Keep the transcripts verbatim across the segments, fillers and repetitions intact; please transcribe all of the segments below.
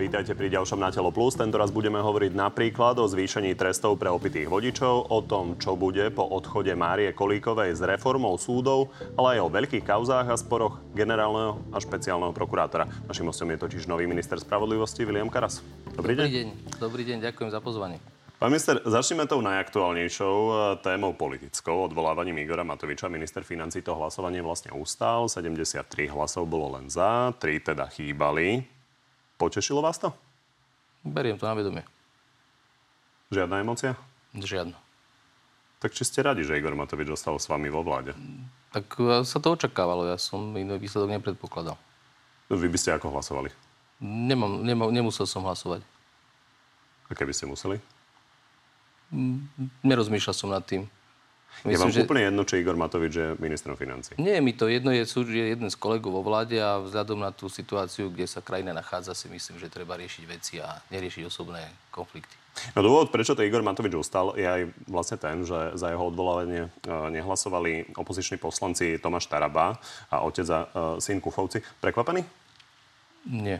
Vítajte pri ďalšom Na telo plus. Tentoraz budeme hovoriť napríklad o zvýšení trestov pre opitých vodičov, o tom, čo bude po odchode Márie Kolíkovej s reformou súdov, ale aj o veľkých kauzách a sporoch generálneho a špeciálneho prokurátora. Naším hostom je totiž nový minister spravodlivosti Viliam Karas. Dobrý, Dobrý deň. deň. Dobrý deň, ďakujem za pozvanie. Pán minister, začneme tou najaktuálnejšou témou politickou, odvolávaním Igora Matoviča. Minister financií to hlasovanie vlastne ustal. sedemdesiattri hlasov bolo len za, tri teda chýbali. Potešilo vás to? Beriem to na vedomie. Žiadna emócia? Žiadna. Tak či ste radi, že Igor Matovič zostal s vami vo vláde? Tak sa to očakávalo. Ja som iný výsledok nepredpokladal. Vy by ste ako hlasovali? Nemám, nemám, nemusel som hlasovať. A keby ste museli? Nerozmýšľal som nad tým. Je vám že... úplne jedno, či Igor Matovič je ministrom financií? Nie, mi to jedno. Je, je jeden z kolegov vo vláde a vzhľadom na tú situáciu, kde sa krajina nachádza, si myslím, že treba riešiť veci a neriešiť osobné konflikty. No dôvod, prečo to Igor Matovič ustal, je aj vlastne ten, že za jeho odvolávanie nehlasovali opoziční poslanci Tomáš Taraba a otec a syn Kufovci. Prekvapený? Nie.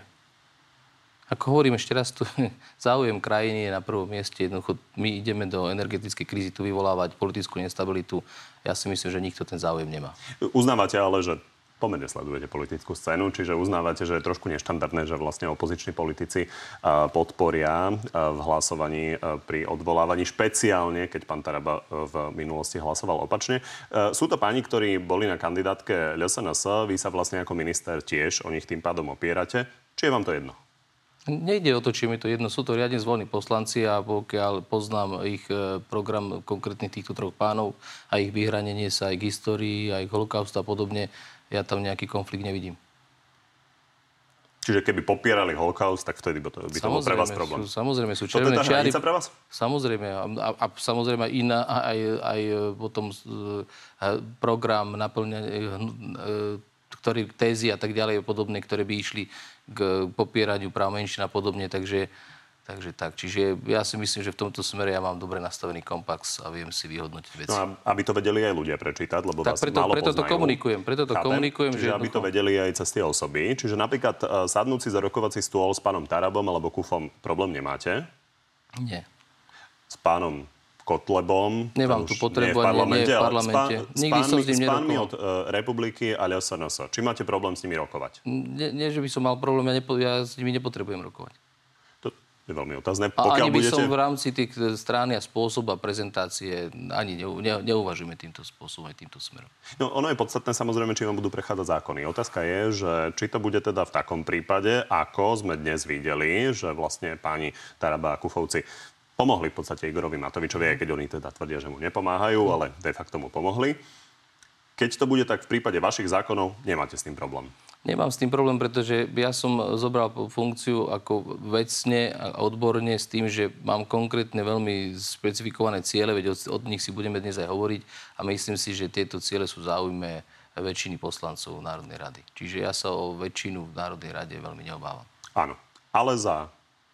Ako hovorím ešte raz, tu záujem krajiny je na prvom mieste. Jednoducho, my ideme do energetickej krízy tu vyvolávať politickú nestabilitu. Ja si myslím, že nikto ten záujem nemá. Uznávate ale, že pomerne sledujete politickú scénu, čiže uznávate, že je trošku neštandardné, že vlastne opoziční politici podporia v hlasovaní pri odvolávaní, špeciálne, keď pán Taraba v minulosti hlasoval opačne. Sú to páni, ktorí boli na kandidátke el es en es, vy sa vlastne ako minister tiež o nich tým pádom opierate. Či je vám to jedno? Nejde o to, či mi to jedno. Sú to riadne zvolení poslanci a pokiaľ poznám ich program konkrétnych týchto troch pánov a ich vyhranenie sa aj k histórii, aj k holokaustu a podobne, ja tam nejaký konflikt nevidím. Čiže keby popierali holokaust, tak vtedy by to, by to bol pre vás problém. Sú, samozrejme sú červené čiary. To je tá hranica pre vás? Samozrejme. A, a samozrejme iná, aj, aj potom program naplňania, ktorý tézy a tak ďalej podobné, ktoré by išli k popieraniu práv menšín a podobne, takže, takže tak. Čiže ja si myslím, že v tomto smere ja mám dobre nastavený kompax a viem si vyhodnotiť veci. No a aby to vedeli aj ľudia prečítať, lebo tak vás preto, málo preto poznajú. To komunikujem, preto to Chápem? komunikujem. Čiže že aby jednoducho... to vedeli aj cez tie osoby. Čiže napríklad uh, sadnúť si za rokovací stôl s pánom Tarabom alebo Kufom problém nemáte? Nie. S pánom Kotlebom. Nemám tu potrebu, ani nie v parlamente. Nikdy som s ním nerokoval. S pánmi od uh, Republiky a el es en es. Či máte problém s nimi rokovať? Nie, nie že by som mal problém, ja, nepo, ja s nimi nepotrebujem rokovať. To je veľmi otázne. A ani by budete... som v rámci tých strán a spôsob a prezentácie ani ne, ne, neuvažujeme týmto spôsobom aj týmto smerom. No, ono je podstatné samozrejme, či vám budú prechádzať zákony. Otázka je, že či to bude teda v takom prípade, ako sme dnes videli, že vlastne páni Taraba a Kufovci pomohli v podstate Igorovi Matovičovi, aj keď oni teda tvrdia, že mu nepomáhajú, ale de facto mu pomohli. Keď to bude tak v prípade vašich zákonov, nemáte s tým problém? Nemám s tým problém, pretože ja som zobral funkciu ako vecne a odborne s tým, že mám konkrétne veľmi špecifikované ciele, veď od, od nich si budeme dnes aj hovoriť a myslím si, že tieto ciele sú v záujme väčšiny poslancov Národnej rady. Čiže ja sa o väčšinu v Národnej rade veľmi neobávam. Áno, ale za...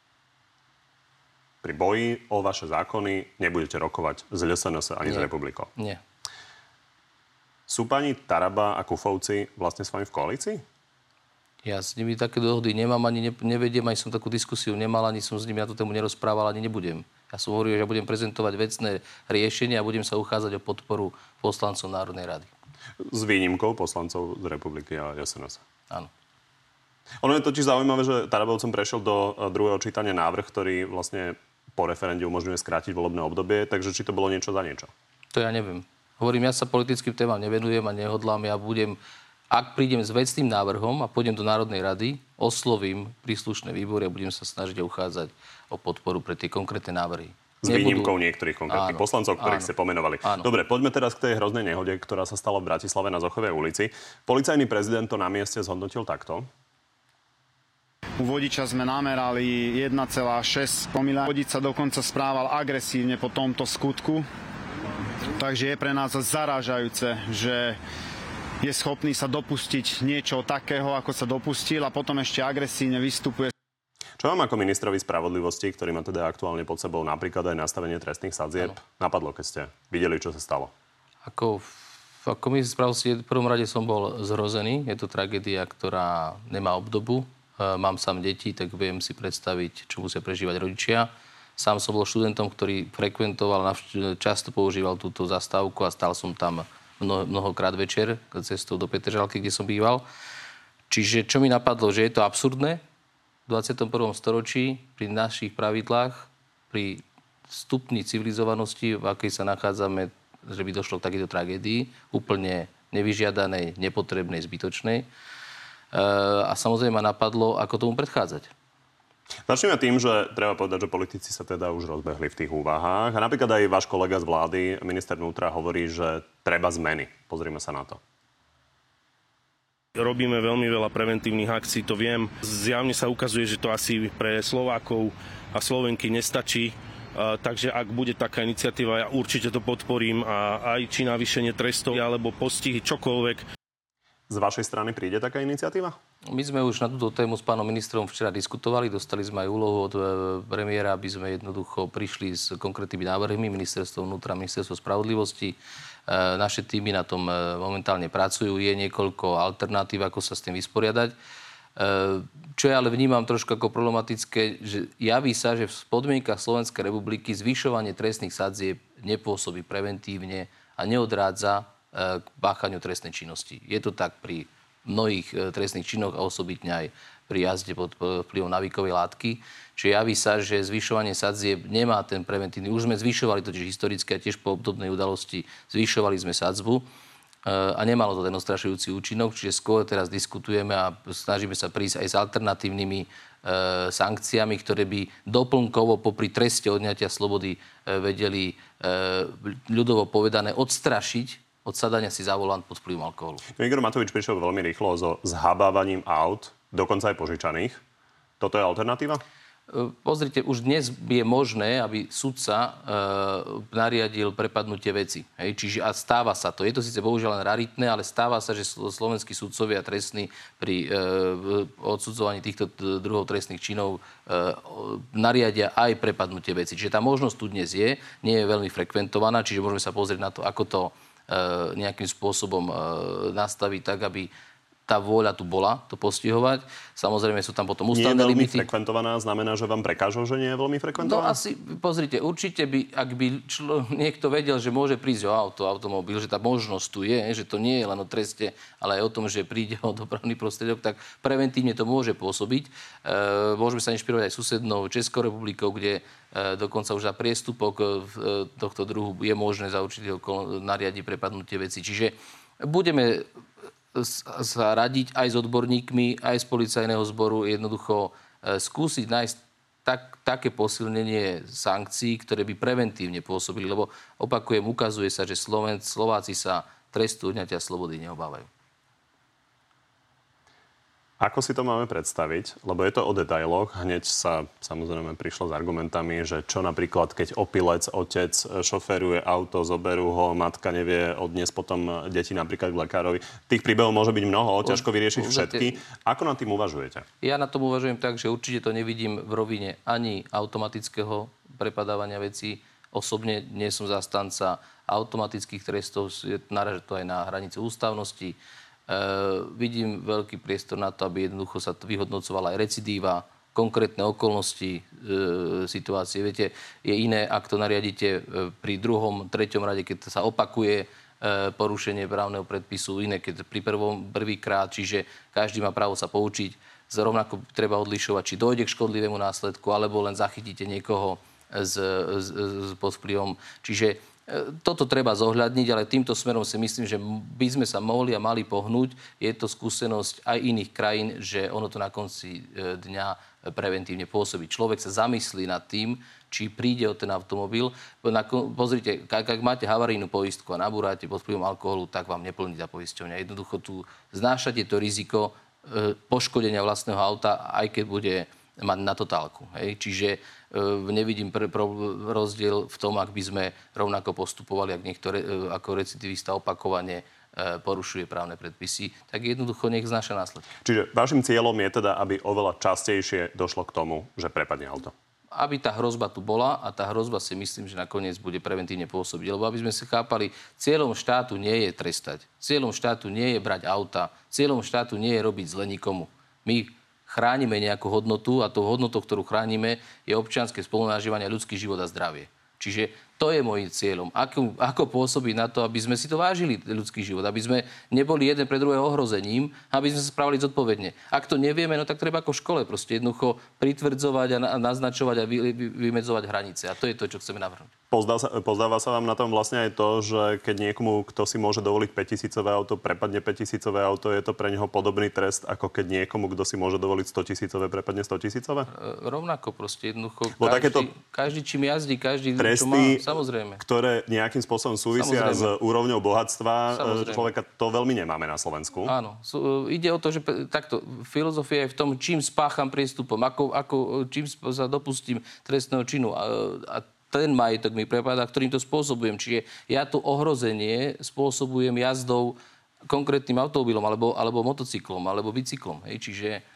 Pri boji o vaše zákony nebudete rokovať z el es en es ani Nie. z Republikou. Nie. Sú pani Taraba a Kufovci vlastne s vami v koalícii? Ja s nimi také dohody nemám, ani ne, nevediem, aj som takú diskusiu nemal, ani som s nimi na tú tému nerozprával, ani nebudem. Ja som hovoril, že budem prezentovať vecné riešenia a budem sa uchádzať o podporu poslancov Národnej rady. S výnimkou poslancov z Republiky a el es en es. Áno. Ono je totiž zaujímavé, že Tarabovcom prešiel do druhého čítania návrh, ktorý vlastne po referende umožňuje skrátiť volebné obdobie, takže či to bolo niečo za niečo? To ja neviem. Hovorím, ja sa politickým témam nevenujem a nehodlám. Ja budem, ak prídem s vecným návrhom a pôjdem do Národnej rady, oslovím príslušné výbory a budem sa snažiť uchádzať o podporu pre tie konkrétne návrhy. S výnimkou Nebudú... niektorých konkrétnych áno, poslancov, ktorých áno, ste pomenovali. Áno. Dobre, poďme teraz k tej hroznej nehode, ktorá sa stala v Bratislave na Zochovej ulici. Policajný prezident to na mieste zhodnotil takto. U vodiča sme namerali jeden celá šesť promile. Vodič sa dokonca správal agresívne po tomto skutku. Takže je pre nás zarážajúce, že je schopný sa dopustiť niečo takého, ako sa dopustil a potom ešte agresívne vystupuje. Čo vám ako ministrovi spravodlivosti, ktorý má teda aktuálne pod sebou napríklad aj nastavenie trestných sadzieb, ano. napadlo, keď ste videli, čo sa stalo? Ako, ako minister spravodlivosti v prvom rade som bol zhrozený. Je to tragédia, ktorá nemá obdobu. mám sám deti, tak viem si predstaviť, čo musia prežívať rodičia. Sám som bol študentom, ktorý frekventoval, často používal túto zastávku a stál som tam mnoho, mnohokrát večer cestou do Petržalky, kde som býval. Čiže čo mi napadlo, že je to absurdné v dvadsiatom prvom storočí pri našich pravidlách, pri stupni civilizovanosti, v akej sa nachádzame, že by došlo k takéto tragédii, úplne nevyžiadanej, nepotrebnej, zbytočnej. A samozrejme ma napadlo, ako tomu predchádzať. Začneme tým, že treba povedať, že politici sa teda už rozbehli v tých úvahách. A napríklad aj váš kolega z vlády, minister vnútra, hovorí, že treba zmeny. Pozrime sa na to. Robíme veľmi veľa preventívnych akcií, to viem. Zjavne sa ukazuje, že to asi pre Slovákov a Slovenky nestačí. Uh, takže ak bude taká iniciatíva, ja určite to podporím a aj či navýšenie trestov alebo postihy, čokoľvek. Z vašej strany príde taká iniciatíva? My sme už na túto tému s pánom ministrom včera diskutovali. Dostali sme aj úlohu od premiéra, aby sme jednoducho prišli s konkrétnymi návrhmi. Ministerstvo vnútra, ministerstvo spravodlivosti. Naše týmy na tom momentálne pracujú. Je niekoľko alternatív, ako sa s tým vysporiadať. Čo ja ale vnímam trošku ako problematické, že javí sa, že v podmienkach Slovenskej republiky zvyšovanie trestných sadzieb nepôsobí preventívne a neodrádza k páchaniu trestnej činnosti. Je to tak pri mnohých trestných činoch a osobitne aj pri jazde pod vplyvom navíkovej látky. Čiže javí sa, že zvyšovanie sadzieb nemá ten preventívny. Už sme zvyšovali totiž historicky a tiež po obdobnej udalosti zvyšovali sme sadzbu a nemalo to ten ostrašujúci účinok. Čiže skôr teraz diskutujeme a snažíme sa prísť aj s alternatívnymi e, sankciami, ktoré by doplnkovo popri treste odňatia slobody e, vedeli e, ľudovo povedané odstrašiť od sadania si za volant pod vplyvom alkoholu. Igor Matovič prišiel veľmi rýchlo so zhabávaním aut, dokonca aj požičaných. Toto je alternatíva? Pozrite, už dnes je možné, aby sudca e, nariadil prepadnutie veci. Hej? Čiže a stáva sa to. Je to síce bohužiaľ len raritné, ale stáva sa, že slovenskí sudcovia trestní pri e, odsudzovaní týchto druhov trestných činov e, nariadia aj prepadnutie veci. Čiže tá možnosť tu dnes je, nie je veľmi frekventovaná, čiže môžeme sa pozrieť na to, ako to nejakým spôsobom nastaviť tak, aby tá vôľa tu bola, to postihovať. Samozrejme sú tam potom ústavné limity. Nie je veľmi frekventovaná, znamená, že vám prekážu, že nie je veľmi frekventovaná? No asi, pozrite, určite by, ak by člo, niekto vedel, že môže prísť o auto, automobil, že tá možnosť tu je, že to nie je len o treste, ale aj o tom, že príde o dopravný prostriedok, tak preventívne to môže pôsobiť. E, môžeme sa inšpirovať aj susednou Českou republikou, kde e, dokonca už za priestupok e, tohto druhu je možné za určitého nariadiť prepadnutie veci. Čiže budeme sa radiť aj s odborníkmi, aj z policajného zboru, jednoducho e, skúsiť nájsť tak, také posilnenie sankcií, ktoré by preventívne pôsobili, lebo opakujem, ukazuje sa, že Sloven, Slováci sa trestu odňatia slobody neobávajú. Ako si to máme predstaviť? Lebo je to o detailoch. Hneď sa samozrejme prišlo s argumentami, že čo napríklad, keď opilec, otec šoféruje auto, zoberú ho, matka nevie odniesť potom deti napríklad k lekárovi. Tých príbehov môže byť mnoho, ťažko vyriešiť všetky. Ako nad tým uvažujete? Ja na tom uvažujem tak, že určite to nevidím v rovine ani automatického prepadávania vecí. Osobne nie som zastanca automatických trestov, naraža to aj na hranicu ústavnosti. Uh, vidím veľký priestor na to, aby jednoducho sa vyhodnocovala aj recidíva, konkrétne okolnosti e, situácie. Viete, je iné, ak to nariadíte e, pri druhom, treťom rade, keď sa opakuje e, porušenie právneho predpisu, iné, keď pri prvom, prvýkrát, čiže každý má právo sa poučiť. Rovnako treba odlišovať, či dojde k škodlivému následku, alebo len zachytíte niekoho s, s, s pod vplyvom. Čiže toto treba zohľadniť, ale týmto smerom si myslím, že by sme sa mohli a mali pohnúť. Je to skúsenosť aj iných krajín, že ono to na konci dňa preventívne pôsobí. Človek sa zamyslí nad tým, či príde o ten automobil. Pozrite, ak máte havarijnú poistku a nabúrate pod vplyvom alkoholu, tak vám neplní tá poisťovňa. Jednoducho tu znášate to riziko poškodenia vlastného auta, aj keď bude mať na totálku. Hej? Čiže e, nevidím pre, pro, rozdiel v tom, ak by sme rovnako postupovali, ak niekto re, ako recidivista opakovane e, porušuje právne predpisy, tak jednoducho nech znáša následky. Čiže vašim cieľom je teda, aby oveľa častejšie došlo k tomu, že prepadne auto? Aby tá hrozba tu bola a tá hrozba si myslím, že nakoniec bude preventívne pôsobiť. Lebo aby sme si chápali, cieľom štátu nie je trestať. Cieľom štátu nie je brať auta. Cieľom štátu nie je robiť zle nikomu. My chránime nejakú hodnotu a tou hodnotou, ktorú chránime, je občianske spolunažívanie, ľudský život a zdravie. Čiže to je môjim cieľom. Ako, ako pôsobiť na to, aby sme si to vážili, ľudský život, aby sme neboli jeden pre druhého ohrozením, aby sme sa správali zodpovedne. Ak to nevieme, no tak treba ako v škole proste jednoducho pritvrdzovať a naznačovať a vy, vy, vymedzovať hranice. A to je to, čo chceme navrhnúť. Pozdá sa, pozdáva sa vám na tom vlastne aj to, že keď niekomu, kto si môže dovoliť päťtisícové auto, prepadne päťtisícové auto, je to pre neho podobný trest, ako keď niekomu, kto si môže dovoliť stotisícové, prepadne stotisícové? E, rovnako proste jednoducho. Bo Každý, takéto každý čím jazdí, každý čo má, samozrejme. Ktoré nejakým spôsobom súvisia samozrejme. s úrovňou bohatstva samozrejme. Človeka, to veľmi nemáme na Slovensku. Áno. Sú, ide o to, že takto, filozofia je v tom, čím spácham priestupom, ako, ako, čím sa dopustím trestného činu. A, a ten majetok mi prepadá, ktorým to spôsobujem. Čiže ja to ohrozenie spôsobujem jazdou konkrétnym automobilom, alebo, alebo motocyklom, alebo bicyklom. Hej. Čiže e,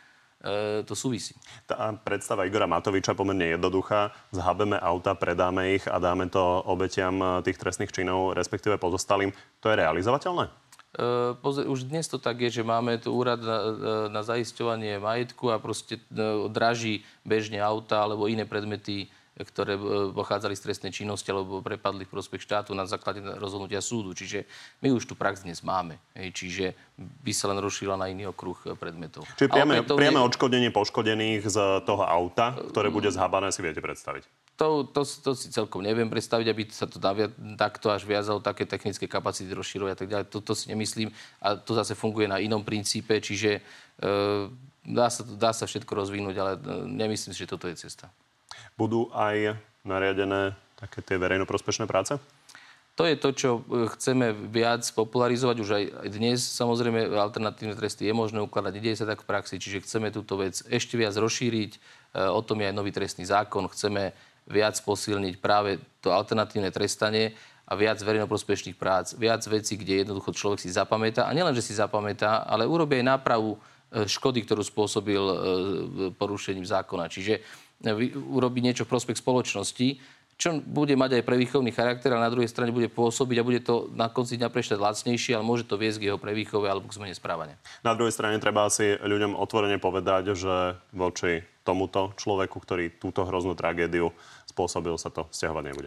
to súvisí. Tá predstava Igora Matoviča pomerne jednoduchá. Zhabeme auta, predáme ich a dáme to obetiam tých trestných činov, respektíve pozostalým. To je realizovateľné? E, pozri, už dnes to tak je, že máme tu úrad na, na zaisťovanie majetku a proste e, draží bežne auta alebo iné predmety, ktoré pochádzali z trestnej činnosti alebo prepadli v prospech štátu na základe rozhodnutia súdu. Čiže my už tu prax dnes máme. Hej, čiže by sa len rozšírila na iný okruh predmetov. Čiže priame, opätovne... priame odškodnenie poškodených z toho auta, ktoré bude zhabané, si viete predstaviť? To, to, to si celkom neviem predstaviť, aby sa to takto až viazalo, také technické kapacity rozširovať a tak ďalej. Toto si nemyslím. A to zase funguje na inom princípe, čiže e, dá, sa, dá sa všetko rozvinúť, ale nemyslím si, že toto je cesta. Budú aj nariadené také tie verejnoprospešné práce? To je to, čo chceme viac popularizovať. Už aj dnes, samozrejme, alternatívne tresty je možné ukladať. Nedieje sa tak v praxi, čiže chceme túto vec ešte viac rozšíriť. O tom je aj nový trestný zákon. Chceme viac posilniť práve to alternatívne trestanie a viac verejnoprospešných prác, viac vecí, kde jednoducho človek si zapamätá. A nielen, že si zapamätá, ale urobí aj nápravu škody, ktorú spôsobil porušením zákona. Čiže urobiť niečo v prospech spoločnosti, čo bude mať aj prevýchovný charakter, ale na druhej strane bude pôsobiť a bude to na konci dňa pre štát lacnejšie, ale môže to viesť k jeho prevýchove alebo k zmene správania. Na druhej strane treba si ľuďom otvorene povedať, že voči tomuto človeku, ktorý túto hroznú tragédiu spôsobil, sa to vzťahovať nebude.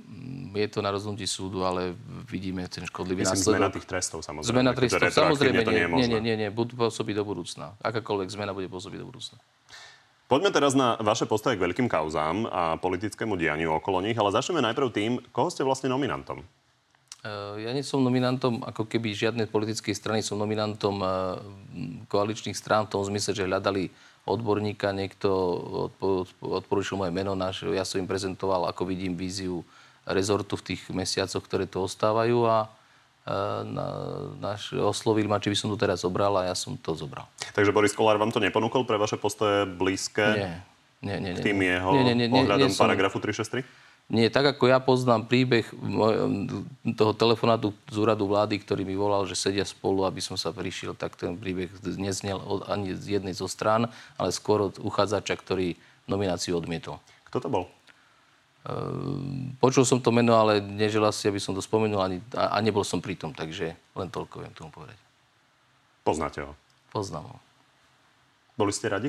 Je to na rozhodnutí súdu, ale vidíme ten škodlivý následok. Myslím, zmena tých trestov, samozrejme. Zmena trestov, samozrejme, to nie, nie, nie, nie, nie, budú pôsobiť do budúcna. Akákoľvek zmena bude pôsobiť do budúcna. Poďme teraz na vaše postoje k veľkým kauzám a politickému dianiu okolo nich, ale začneme najprv tým, koho ste vlastne nominantom. Ja nie som nominantom ako keby žiadnej politickej strany, som nominantom koaličných strán v tom zmysle, že hľadali odborníka, niekto odporúčil moje meno, ja som im prezentoval, ako vidím, víziu rezortu v tých mesiacoch, ktoré tu ostávajú a Na, naš, oslovil ma, či by som to teraz zobral a ja som to zobral. Takže Boris Kollár vám to neponúkol pre vaše postoje blízke nie, nie, nie, nie, k tým jeho nie, nie, nie, ohľadom nie som, paragrafu tri šesť tri? Nie, tak ako ja poznám príbeh toho telefonátu z úradu vlády, ktorý mi volal, že sedia spolu, aby som sa prišiel, tak ten príbeh neznel ani z jednej zo strán, ale skôr od uchádzača, ktorý nomináciu odmietol. Kto to bol? Počul som to meno, ale neželal si, aby som to spomenul ani, a, a nebol som pri tom, takže len toľko viem tomu povedať. Poznáte ho? Poznám ho. Boli ste radi?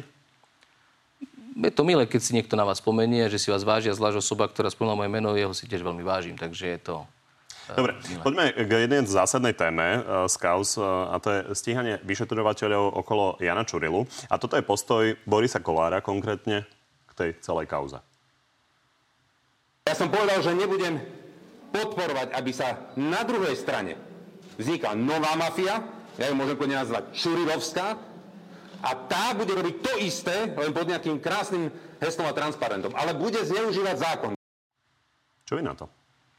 Je to milé, keď si niekto na vás spomenie, že si vás vážia, zvlášť osoba, ktorá spomínala moje meno, jeho si tiež veľmi vážim, takže je to... Dobre, milé. Poďme k jednej zásadnej téme z kauz, a to je stíhanie vyšetrovateľov okolo Jana Čurilu. A toto je postoj Borisa Kollára konkrétne k tej celej kauze. Ja som povedal, že nebudem podporovať, aby sa na druhej strane vznikla nová mafia, ja ju môžem kľudne nazvať Čurilovská, a tá bude robiť to isté, len pod nejakým krásnym heslom a transparentom, ale bude zneužívať zákon. Čo vy na to?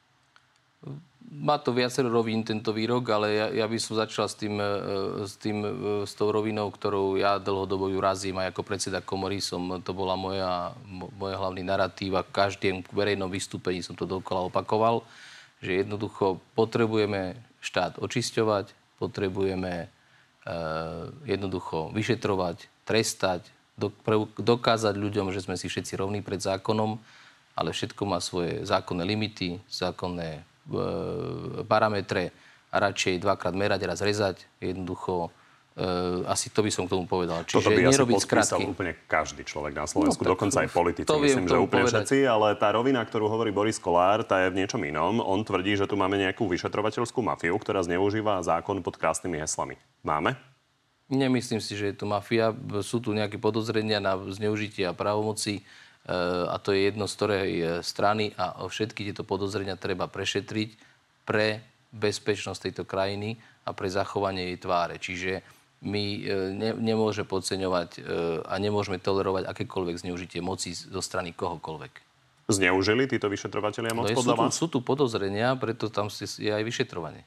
Má to viacero rovín tento výrok, ale ja, ja by som začal s tým, s tým, s tou rovinou, ktorou ja dlhodobo ju razím aj ako predseda komory. Som, to bola moja, moja hlavný narratív a v každém verejnom vystúpení som to dokola opakoval, že jednoducho potrebujeme štát očisťovať, potrebujeme e, jednoducho vyšetrovať, trestať, do, pre, dokázať ľuďom, že sme si všetci rovní pred zákonom, ale všetko má svoje zákonné limity, zákonné parametre a radšej dvakrát merať, raz rezať. Jednoducho Uh, asi to by som k tomu povedal. Čiže toto by asi nerobiť podpísal skratky. úplne každý človek na Slovensku, No, dokonca aj politici, to viem myslím, že úplne povedať. všetci, ale tá rovina, ktorú hovorí Boris Kollár, tá je v niečom inom. On tvrdí, že tu máme nejakú vyšetrovateľskú mafiu, ktorá zneužíva zákon pod krásnymi heslami. Máme? Nemyslím si, že je tu mafia. Sú tu nejaké podozrenia na zneužitie a právomoci uh, a to je jedno z ktorej strany a všetky tieto podozrenia treba prešetriť pre bezpečnosť tejto krajiny a pre zachovanie jej tváre. Čiže my ne, nemôže podceňovať a nemôžeme tolerovať akékoľvek zneužitie moci zo strany kohokoľvek. Zneužili títo vyšetrovatelia moc No, podľa sú, tu, vás? sú tu podozrenia, preto tam je aj vyšetrovanie.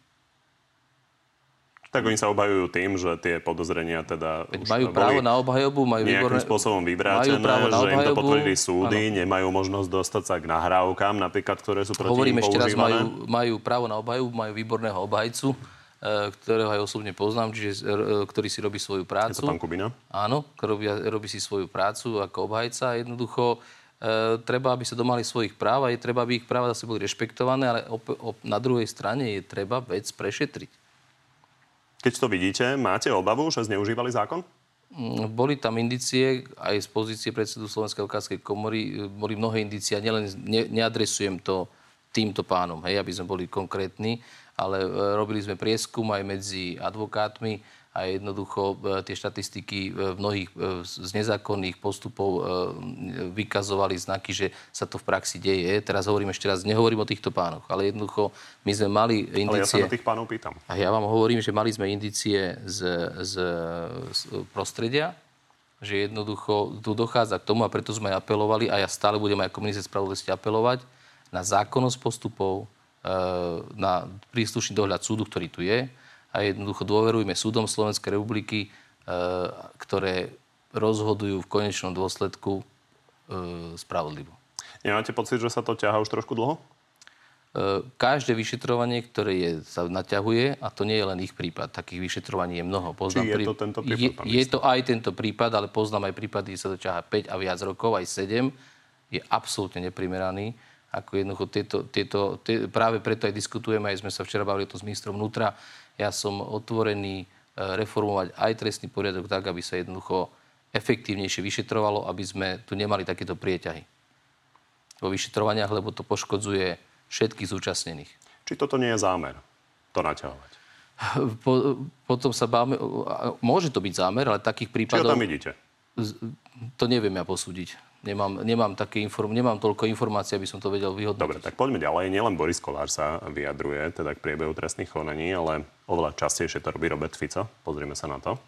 Tak oni sa obhajujú tým, že tie podozrenia teda Veď už majú boli právo na obhajobu, majú nejakým výborné, spôsobom vyvrátené, majú že im to potvrdili áno. súdy, nemajú možnosť dostať sa k nahrávkam, napríklad, ktoré sú proti Hovorím nim ešte raz, používané. majú, majú právo na obhajobu, majú výborného obhajcu, ktorého aj osobne poznám, čiže, ktorý si robí svoju prácu. Je to pán Kubina? Áno, robí, robí si svoju prácu ako obhajca. Jednoducho e, treba, aby sa domáhali svojich práv a je treba, aby ich práva zase boli rešpektované, ale op, op, na druhej strane je treba vec prešetriť. Keď to vidíte, máte obavu, že zneužívali zákon? Boli tam indície, aj z pozície predsedu Slovenskej lekárskej komory, boli mnohé indície, nielen ne, neadresujem to týmto pánom, hej, aby sme boli konkrétni, ale robili sme prieskum aj medzi advokátmi a jednoducho tie štatistiky mnohých z nezákonných postupov vykazovali znaky, že sa to v praxi deje. Teraz hovorím ešte raz, nehovorím o týchto pánoch, ale jednoducho my sme mali indície... Ale ja sa na tých pánov pýtam. A ja vám hovorím, že mali sme indície z, z, z prostredia, že jednoducho tu dochádza k tomu a preto sme aj apelovali a ja stále budem aj ako minister spravodlivosti apelovať na zákonnosť postupov, na príslušný dohľad súdu, ktorý tu je a jednoducho dôverujme súdom Slovenskej republiky, ktoré rozhodujú v konečnom dôsledku spravodlivo. Nemáte pocit, že sa to ťahá už trošku dlho? Každé vyšetrovanie, ktoré je, sa naťahuje, a to nie je len ich prípad, takých vyšetrovaní je mnoho. Poznám Či je prí... to tento prípad? Je, je to aj tento prípad, ale poznám aj prípady, kde sa to ťahá päť a viac rokov, aj sedem. Je absolútne neprimeraný. Ako jednoducho tieto, tieto, tie, práve preto aj diskutujeme, aj sme sa včera bavili to s ministrom vnútra. Ja som otvorený reformovať aj trestný poriadok tak, aby sa jednoducho efektívnejšie vyšetrovalo, aby sme tu nemali takéto prieťahy vo vyšetrovaniach, lebo to poškodzuje všetkých zúčastnených. Či toto nie je zámer, to naťahovať? Po, potom sa báme... Môže to byť zámer, ale takých prípadov... Či ho tam vidíte? To neviem ja posúdiť. Nemám, nemám, také inform, nemám toľko informácií, aby som to vedel vyhodnotiť. Dobre, tak poďme ďalej. Nielen Boris Kollár sa vyjadruje teda k priebehu trestných konaní, ale oveľa častejšie to robí Robert Fico. Pozrime sa na to.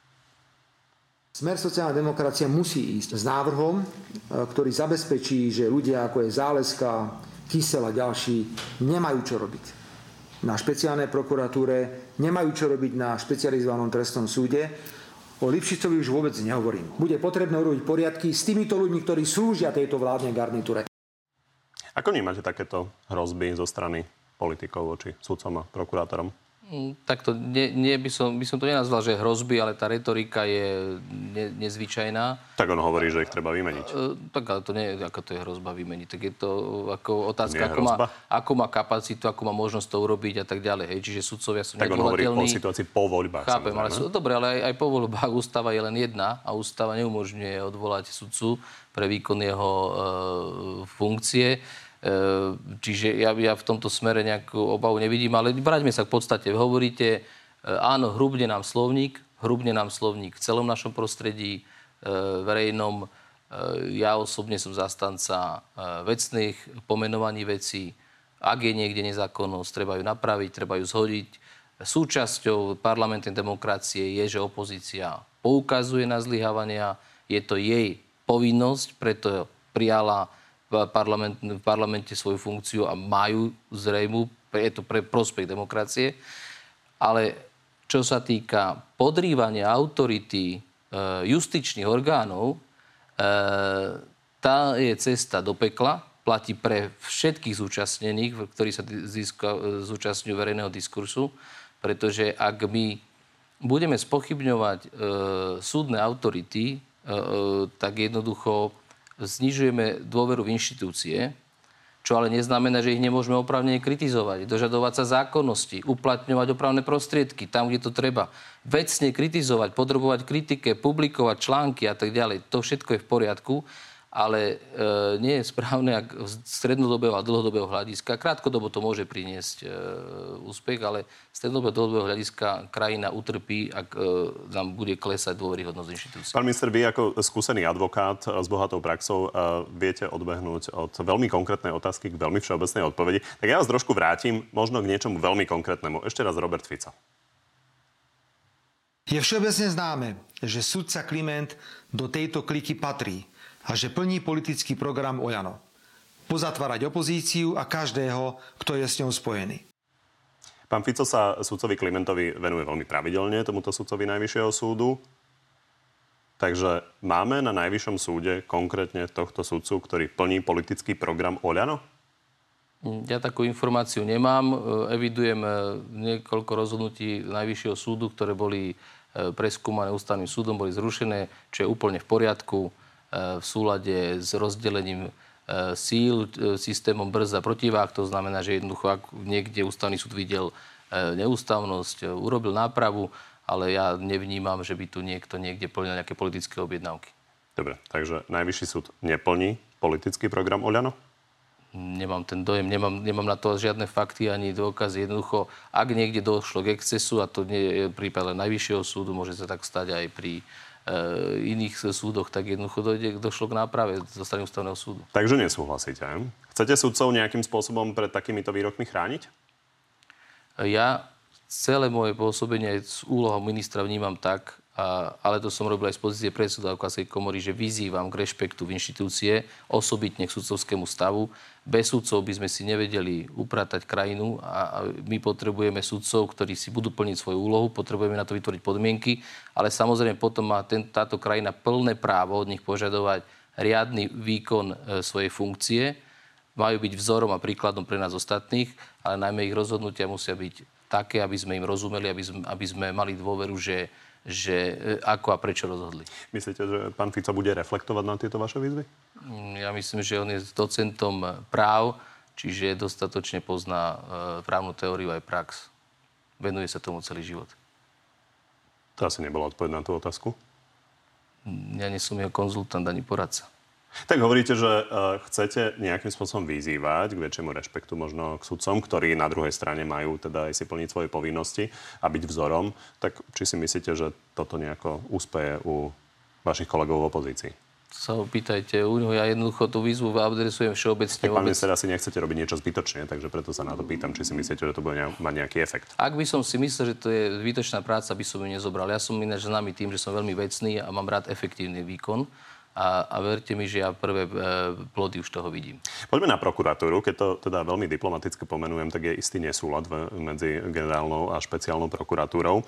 Smer sociálna demokracia musí ísť s návrhom, ktorý zabezpečí, že ľudia ako je Záleska, Kysel a ďalší nemajú čo robiť na špeciálnej prokuratúre, nemajú čo robiť na špecializovanom trestnom súde. O Lipšicovi už vôbec nehovorím. Bude potrebné urobiť poriadky s týmito ľuďmi, ktorí slúžia tejto vládnej garnitúre. Ako vnímate takéto hrozby zo strany politikov voči sudcom a prokurátorom? Takto nie, nie by, som, by som to nenazval, že hrozby, ale tá retorika je ne, nezvyčajná. Tak on hovorí, že ich treba vymeniť. E, tak ale to nie je, ako to je hrozba vymeniť. Tak je to ako otázka, ako má, ako má kapacitu, ako má možnosť to urobiť a tak ďalej. Hej. Čiže sudcovia sú tak on hovorí o neodvolateľní. situácii po voľbách. Chápem, ale sú, samozrejme. dobre, ale aj, aj po voľbách ústava je len jedna a ústava neumožňuje odvolať sudcu pre výkon jeho e, funkcie. Čiže ja, ja v tomto smere nejakú obavu nevidím, ale vráťme sa k podstate. Hovoríte, áno, hrubne nám slovník, hrubne nám slovník v celom našom prostredí verejnom. Ja osobne som zastanca vecných pomenovaní vecí. Ak je niekde nezákonnosť, treba ju napraviť, treba ju zhodiť. Súčasťou parlamentnej demokracie je, že opozícia poukazuje na zlyhávania. Je to jej povinnosť, preto prijala v, parlament, v parlamente svoju funkciu a majú zrejmu, je to pre prospech demokracie. Ale čo sa týka podrývania autority e, justičných orgánov, e, tá je cesta do pekla, platí pre všetkých zúčastnených, ktorí sa získa, zúčastňujú verejného diskursu, pretože ak my budeme spochybňovať e, súdne autority, e, e, tak jednoducho znižujeme dôveru v inštitúcie Čo ale neznamená, že ich nemôžeme oprávnene kritizovať, dožadovať sa zákonnosti, uplatňovať opravné prostriedky tam, kde to treba. Vecne kritizovať, podrobovať kritike, publikovať články a tak ďalej. To všetko je v poriadku, ale e, nie je správne, ak z strednodobého a dlhodobého hľadiska. Krátkodobo to môže priniesť e, úspech, ale z strednodobého a dlhodobého hľadiska krajina utrpí, ak e, nám bude klesať dôveryhodnosť inštitúcií. Pán minister, vy ako skúsený advokát s bohatou praxou e, viete odbehnúť od veľmi konkrétnej otázky k veľmi všeobecnej odpovedi. Tak ja vás trošku vrátim možno k niečomu veľmi konkrétnemu. Ešte raz Robert Fico. Je všeobecne známe, že sudca Kliment do tejto kliky patrí a že plní politický program Oľano. Pozatvárať opozíciu a každého, kto je s ňou spojený. Pán Fico sa sudcovi Klimentovi venuje veľmi pravidelne, tomuto sudcovi Najvyššieho súdu. Takže máme na Najvyššom súde konkrétne tohto sudcu, ktorý plní politický program Oľano? Ja takú informáciu nemám. Evidujem niekoľko rozhodnutí Najvyššieho súdu, ktoré boli preskúmané ústavným súdom, boli zrušené, čo je úplne v poriadku, v súlade s rozdelením síl, systémom brzd a protiváh. To znamená, že jednoducho, ak niekde ústavný súd videl neústavnosť, urobil nápravu, ale ja nevnímam, že by tu niekto niekde plnil nejaké politické objednávky. Dobre, takže Najvyšší súd neplní politický program Oľano? Nemám ten dojem, nemám, nemám na to žiadne fakty ani dôkazy. Jednoducho, ak niekde došlo k excesu, a to nie je prípad len Najvyššieho súdu, môže sa tak stať aj pri iných súdoch, tak jednoducho dojde, došlo k náprave zo strany ústavného súdu. Takže nesúhlasíte? Chcete sudcov nejakým spôsobom pred takýmito výrokmi chrániť? Ja celé moje pôsobenie s úlohou ministra vnímam tak, a, ale to som robil aj z pozície predsedu advokátskej komory, že vyzývam k rešpektu v inštitúcie, osobitne k sudcovskému stavu. Bez sudcov by sme si nevedeli upratať krajinu a my potrebujeme sudcov, ktorí si budú plniť svoju úlohu, potrebujeme na to vytvoriť podmienky, ale samozrejme potom má ten, táto krajina plné právo od nich požadovať riadny výkon e, svojej funkcie. Majú byť vzorom a príkladom pre nás ostatných, ale najmä ich rozhodnutia musia byť také, aby sme im rozumeli, aby sme, aby sme mali dôveru, že, že ako a prečo rozhodli. Myslíte, že pán Fico bude reflektovať na tieto vaše výzvy? Ja myslím, že on je docentom práv, čiže dostatočne pozná právnu teóriu aj prax. Venuje sa tomu celý život. To asi nebola odpoveď na tú otázku. Ja nie som jeho konzultant ani poradca. Tak hovoríte, že uh, chcete nejakým spôsobom vyzývať k väčšiemu rešpektu možno k sudcom, ktorí na druhej strane majú teda aj si plniť svoje povinnosti a byť vzorom. Tak či si myslíte, že toto nejako úspeje u vašich kolegov v opozícii? Sa opýtajte u ňoho. Ja jednoducho tú výzvu adresujem všeobecne. Tak pán minister, asi nechcete robiť niečo zbytočne, takže preto sa na to pýtam, či si myslíte, že to bude mať nejaký efekt. Ak by som si myslel, že to je zbytočná práca, by som ju nezobral. Ja som ináč známy tým, že som veľmi vecný a mám rád efektívny výkon. A, a verte mi, že ja prvé e, plody už toho vidím. Poďme na prokuratúru. Keď to teda veľmi diplomaticky pomenujem, tak je istý nesúlad v, medzi generálnou a špeciálnou prokuratúrou.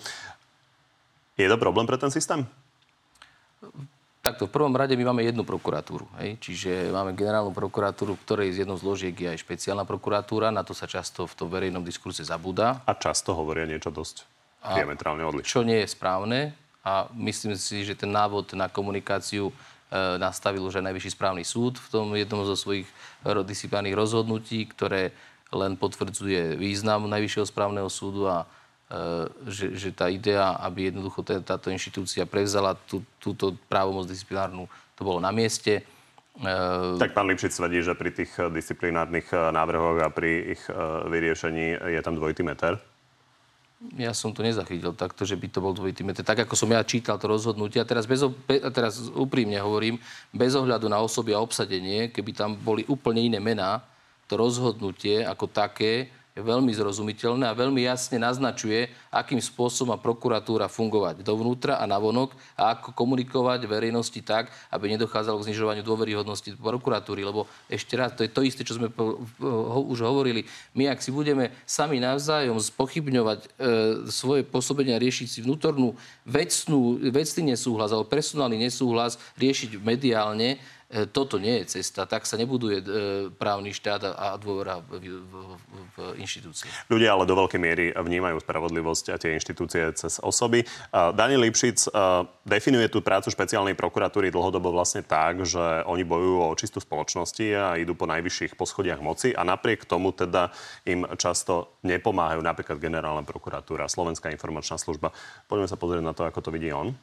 Je to problém pre ten systém? Takto, v prvom rade my máme jednu prokuratúru. Hej? Čiže máme generálnu prokuratúru, v ktorej z jednou zložiek je aj špeciálna prokuratúra. Na to sa často v tom verejnom diskurze zabúda. A často hovoria niečo dosť diametrálne odlišné. Čo nie je správne. A myslím si, že ten návod na komunikáciu nastavil už aj Najvyšší správny súd v tom jednom zo svojich disciplinárnych rozhodnutí, ktoré len potvrdzuje význam Najvyššieho správneho súdu a e, že, že tá idea, aby jednoducho táto inštitúcia prevzala tú, túto právomoc disciplinárnu, to bolo na mieste. E, tak pán Lipšic tvrdí, že pri tých disciplinárnych návrhoch a pri ich vyriešení je tam dvojitý meter. Ja som to nezachytil takto, že by to bol dvojitý meter. Tak, ako som ja čítal to rozhodnutie, a teraz, bez, a teraz úprimne hovorím, bez ohľadu na osoby a obsadenie, keby tam boli úplne iné mená, to rozhodnutie ako také je veľmi zrozumiteľné a veľmi jasne naznačuje, akým spôsobom má prokuratúra fungovať dovnútra a navonok a ako komunikovať verejnosti tak, aby nedochádzalo k znižovaniu dôveryhodnosti prokuratúry. Lebo ešte raz, to je to isté, čo sme po, ho, už hovorili. My, ak si budeme sami navzájom spochybňovať e, svoje pôsobenie a riešiť si vnútornú vecnú, vecný nesúhlas alebo personálny nesúhlas riešiť mediálne, toto nie je cesta, tak sa nebuduje právny štát a dôvera v, v, v inštitúcie. Ľudia ale do veľkej miery vnímajú spravodlivosť a tie inštitúcie cez osoby. Daniel Lipšic definuje tú prácu špeciálnej prokuratúry dlhodobo vlastne tak, že oni bojujú o čistú spoločnosti a idú po najvyšších poschodiach moci a napriek tomu teda im často nepomáhajú napríklad Generálna prokuratúra, Slovenská informačná služba. Poďme sa pozrieť na to, ako to vidí on.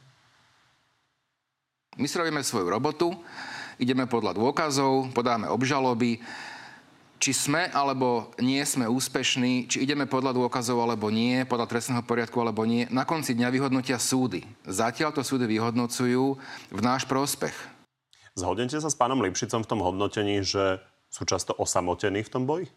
My si robíme svoju robotu, ideme podľa dôkazov, podáme obžaloby. Či sme alebo nie sme úspešní, či ideme podľa dôkazov alebo nie, podľa trestného poriadku alebo nie, na konci dňa vyhodnotia súdy. Zatiaľ to súdy vyhodnocujú v náš prospech. Zhodnete sa s pánom Lipšicom v tom hodnotení, že sú často osamotení v tom boji?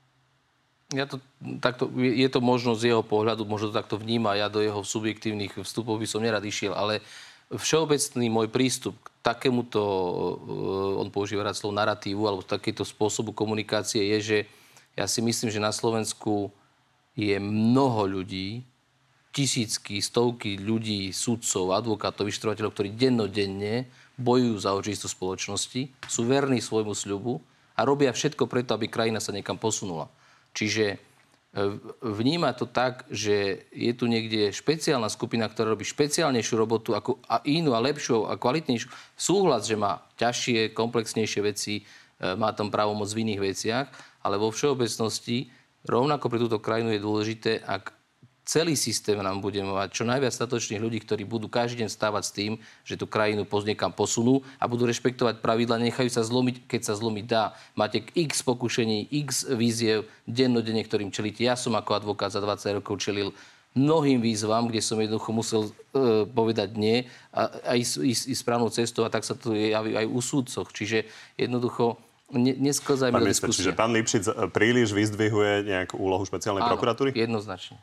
Ja to, takto, je to možno z jeho pohľadu, možno to takto vníma, ja do jeho subjektívnych vstupov by som nerad išiel, ale všeobecný môj prístup k takémuto, on používa rád slovo naratívu, alebo takéto spôsobu komunikácie je, že ja si myslím, že na Slovensku je mnoho ľudí, tisícky, stovky ľudí, sudcov, advokátov, vyšetrovateľov, ktorí dennodenne bojujú za očistú spoločnosti, sú verní svojmu sľubu a robia všetko preto, aby krajina sa niekam posunula. Čiže vníma to tak, že je tu niekde špeciálna skupina, ktorá robí špeciálnejšiu robotu ako, a inú a lepšiu a kvalitnejšiu. Súhlas, že má ťažšie, komplexnejšie veci, má tam právomoc v iných veciach, ale vo všeobecnosti rovnako pre túto krajinu je dôležité, ak celý systém nám bude mať čo najviac statočných ľudí, ktorí budú každý deň stávať s tým, že tú krajinu niekam posunú a budú rešpektovať pravidla, nechajú sa zlomiť, keď sa zlomiť dá. Máte x pokušení, x víziev dennodenne, ktorým čelíte. Ja som ako advokát za dvadsať rokov čelil mnohým výzvam, kde som jednoducho musel e, povedať nie a, a ísť, ísť, ísť správnou cestou a tak sa to javí aj u súdcoch. Čiže jednoducho ne, nesklzajme do diskusie. Čiže pán Lipšic príliš vyzdvihuje nejakú úlohu špeciálnej Áno, prokuratúry? Jednoznačne.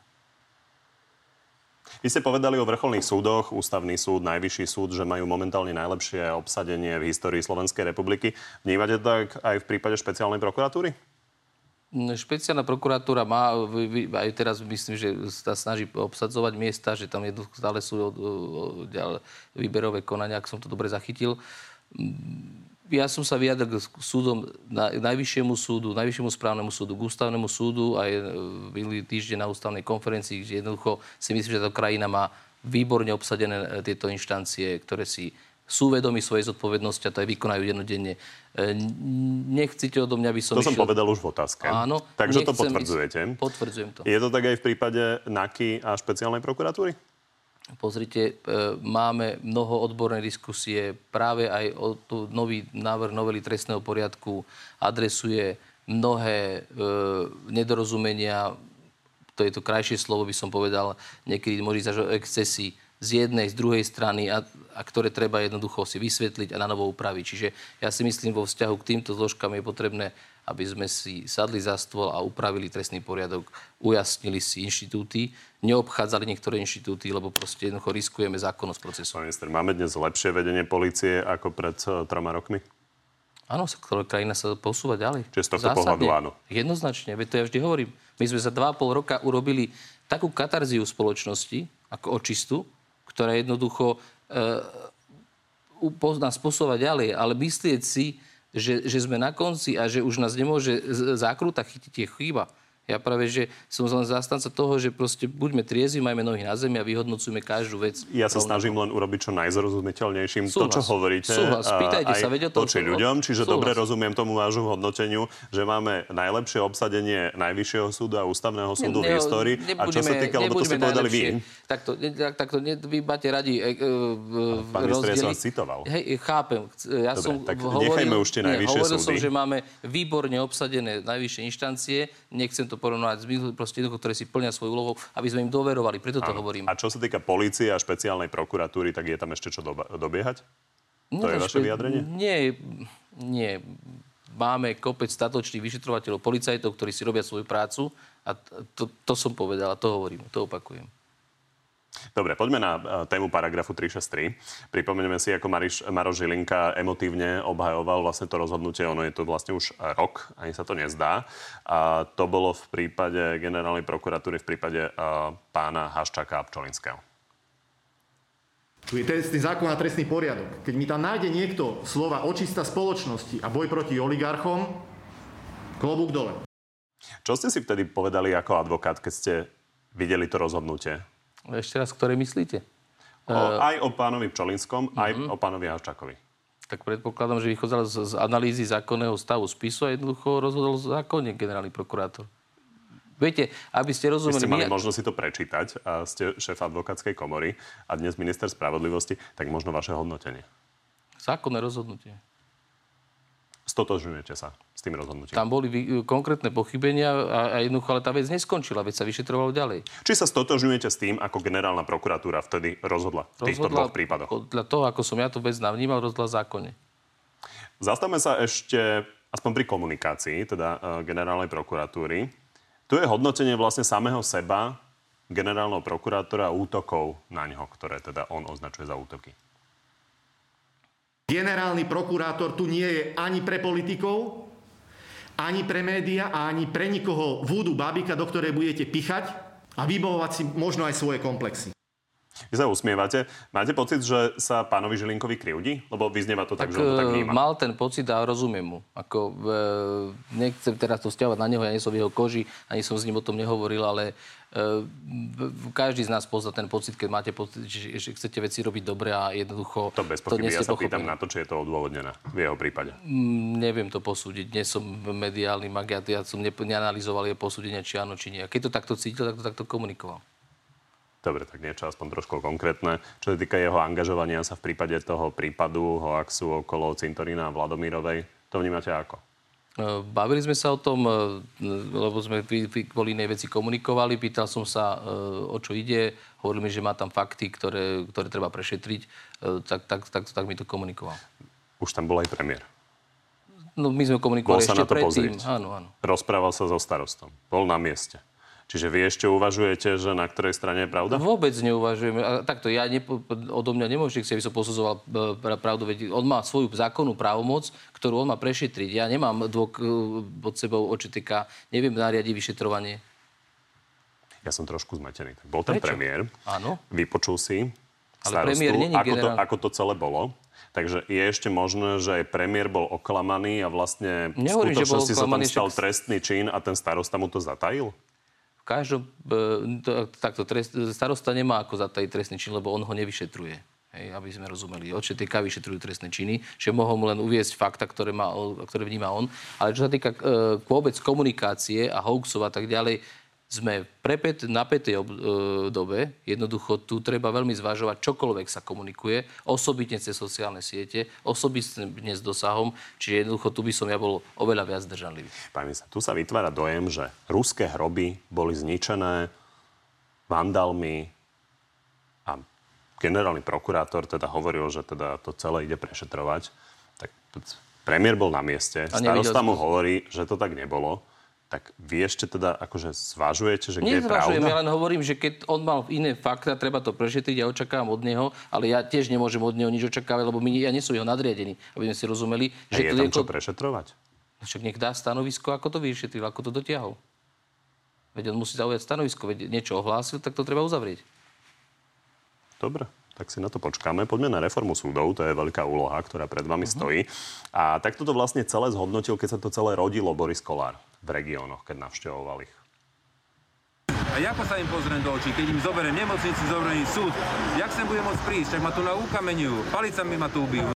Vy ste povedali o vrcholných súdoch, Ústavný súd, Najvyšší súd, že majú momentálne najlepšie obsadenie v histórii Slovenskej republiky. Vnímate tak aj v prípade špeciálnej prokuratúry? Špeciálna prokuratúra má, aj teraz myslím, že sa snaží obsadzovať miesta, že tam stále sú výberové konania, ak som to dobre zachytil. Ja som sa vyjadril k súdom, na Najvyššiemu súdu, Najvyššiemu správnemu súdu, k Ústavnému súdu aj minulý týždeň na ústavnej konferencii, že jednoducho si myslím, že táto krajina má výborne obsadené tieto inštancie, ktoré si sú vedomí svojej zodpovednosti a to aj vykonajú dennodenne. Nechcete odo mňa, by som To som išiel... povedal už v otázke. Áno. Takže to potvrdzujete. Ísť... Potvrdzujem to. Je to tak aj v prípade NAKY a špeciálnej prokuratúry? Pozrite, máme mnoho odbornej diskusie, práve aj o tu nový návrh novely trestného poriadku adresuje mnohé e, nedorozumenia, to je to krajšie slovo, by som povedal, niekedy môže ísť až o excesy z jednej, z druhej strany a, a ktoré treba jednoducho si vysvetliť a na novo upraviť. Čiže ja si myslím, vo vzťahu k týmto zložkám je potrebné, aby sme si sadli za stôl a upravili trestný poriadok, ujasnili si inštitúty, neobchádzali niektoré inštitúty, lebo proste jednoducho riskujeme zákonnosť procesu. Pán minister, máme dnes lepšie vedenie polície ako pred uh, troma rokmi? Áno, ktorá krajina sa posúva ďalej. Čiže z tohto pohľadu áno. Jednoznačne, veď to ja vždy hovorím. My sme za dva a pol roka urobili takú katarziu spoločnosti, ako očistu, ktorá jednoducho e, nás posúva ďalej. Ale myslieť si, že, že sme na konci a že už nás nemôže zákruta chytiť, je chyba. Ja práve, že som len zástanca toho, že proste buďme triezvi, majme nohy na zemi a vyhodnocujeme každú vec. Ja sa rovnako snažím len urobiť čo najzrozumiteľnejším to, čo hovoríte. Súhlas, pýtajte sa, veď o tom. Toči ľuďom, čiže súhlas. Dobre rozumiem tomu vášmu hodnoteniu, že máme najlepšie obsadenie Najvyššieho súdu a Ústavného súdu ne, v histórii. A čo sa týka, lebo to ste povedali vy. Takto, tak, takto ne, vy máte radi e, e, Pán minister, ja som vás citoval. Hej, chápem. Ja dobre, som tak hovoril, nechajme už tie najvyššie hovoril súdy. som, že máme výborne obsadené najvyššie inštancie. Nechcem to porovnať s proste jednoducho, ktoré si plnia svoju úlohu, aby sme im doverovali. Preto to hovorím. A čo sa týka polície a špeciálnej prokuratúry, tak je tam ešte čo doba- dobiehať? To je vaše vyjadrenie? Nie, nie. Máme kopec statočných vyšetrovateľov, policajtov, ktorí si robia svoju prácu a to, to som povedal a to hovorím, to opakujem. Dobre, poďme na tému paragrafu tri šesť tri. Pripomenieme si, ako Mariš, Maroš Žilinka emotívne obhajoval vlastne to rozhodnutie. Ono je to vlastne už rok, ani sa to nezdá. A to bolo v prípade generálnej prokuratúry, v prípade uh, pána Haščáka a Pčolinského. Tu je trestný zákon a trestný poriadok. Keď mi tam nájde niekto slova očista spoločnosti a boj proti oligarchom, klobúk dole. Čo ste si vtedy povedali ako advokát, keď ste videli to rozhodnutie? Ešte raz, ktoré myslíte? O, aj o pánovi Pčolinskom, aj mm-hmm. o pánovi Haščákovi. Tak predpokladám, že vychádzal z, z analýzy zákonného stavu spisu a jednoducho rozhodol zákonne generálny prokurátor. Viete, aby ste rozumeli... Vy ste mali my... možnosť si to prečítať a ste šéf advokátskej komory a dnes minister spravodlivosti, tak možno vaše hodnotenie. Zákonné rozhodnutie. Stotožňujete sa s tým rozhodnutím? Tam boli vy, konkrétne pochybenia a, a jednoducho, ale tá vec neskončila, veď sa vyšetrovalo ďalej. Či sa stotožňujete s tým, ako generálna prokuratúra vtedy rozhodla v týchto rozhodla, dvoch prípadoch? Podľa toho, ako som ja to vec navnímal, rozhodla zákonne. Zastavme sa ešte aspoň pri komunikácii, teda uh, generálnej prokuratúry. Tu je hodnotenie vlastne samého seba, generálneho prokurátora a útokov na ňo, ktoré teda on označuje za útoky. Generálny prokurátor tu nie je ani pre politikov, ani pre médiá a ani pre nikoho vúdu babika, do ktorej budete pichať a vybavovať si možno aj svoje komplexy. Vy sa usmievate. Máte pocit, že sa pánovi Žilinkovi krivdí? Lebo vyznieva to tak, tak že on to tak vníma. Mal ten pocit a rozumiem mu. Ako, e, nechcem teraz to vzťahovať na neho, ja nie som v jeho koži, ani som s ním o tom nehovoril, ale e, každý z nás pozná ten pocit, keď máte pocit, že, že chcete veci robiť dobre a jednoducho to bez pochyby. Ja sa pýtam na to, či je to odôvodnené v jeho prípade. Mm, neviem to posúdiť. Nie som mediálny mag, ja, ja som ne, neanalizoval jeho posúdenie, či áno, či nie. Keď to takto cítil, tak to takto komunikoval. Dobre, tak niečo aspoň trošku konkrétne. Čo sa týka jeho angažovania sa v prípade toho prípadu hoaxu okolo Cintorína a Vladomírovej, to vnímate ako? Bavili sme sa o tom, lebo sme kvôli inej veci komunikovali. Pýtal som sa, o čo ide. Hovorili mi, že má tam fakty, ktoré, ktoré treba prešetriť. Tak, tak, tak, tak mi to komunikoval. Už tam bol aj premiér. No, my sme komunikovali ešte predtým. Áno, áno. Rozprával sa so starostom. Bol na mieste. Čiže vy ešte uvažujete, že na ktorej strane je pravda? Vôbec neuvažujem. A takto, ja nepo, odo mňa nemôžete, aby som posudzoval pravdu. Veď on má svoju zákonnú právomoc, ktorú on má prešetriť. Ja nemám dôk pod sebou ó č té ká, neviem nariadiť vyšetrovanie. Ja som trošku zmetený. Tak bol ten Prečo? Premiér, Áno. Ale vypočul si starostu, ako to, ako to celé bolo. Takže je ešte možné, že aj premiér bol oklamaný a vlastne v skutočnosti sa tam stal trestný čin a ten starosta mu to zatajil? V každom, takto, trest, starosta nemá ako zatajiť trestný čin, lebo on ho nevyšetruje. Hej, aby sme rozumeli. ó č té ká vyšetrujú trestné činy, že mohol mu len uviesť fakta, ktoré, má, ktoré vníma on. Ale čo sa týka e, vôbec komunikácie a hoaxov a tak ďalej, sme v prepät, napätej ob, e, dobe. Jednoducho tu treba veľmi zvažovať, čokoľvek sa komunikuje, osobitne cez sociálne siete, osobitne s dosahom, čiže jednoducho tu by som ja bol oveľa viac zdržanlivý. Pán minister, tu sa vytvára dojem, že ruské hroby boli zničené vandalmi a generálny prokurátor teda hovoril, že teda to celé ide prešetrovať. Tak premiér bol na mieste, starosta mu hovorí, že to tak nebolo. Tak vy ešte teda akože zvažujete, že kde je pravda? Nezvažujem, ja len hovorím, že keď on mal iné fakta, treba to prešetriť, ja očakávam od neho, ale ja tiež nemôžem od neho nič očakávať, lebo my, ja nie som jeho nadriadený, aby sme si rozumeli. A že je tam čo prešetrovať? Však nech dá stanovisko, ako to vyšetril, ako to dotiahol. Veď on musí zaujať stanovisko, veď niečo ohlásil, tak to treba uzavrieť. Dobre. Tak si na to počkáme. Poďme na reformu súdov, to je veľká úloha, ktorá pred vami uh-huh. stojí. A takto to vlastne celé zhodnotil, keď sa to celé rodilo Boris Kollár v regiónoch, keď navštevoval ich. A ako sa im pozriem do očí, keď im zoberiem nemocnici, zoberiem súd? Jak sem budem môcť prísť? Však ma tu na ukameňujú, palicami ma tu ubijú.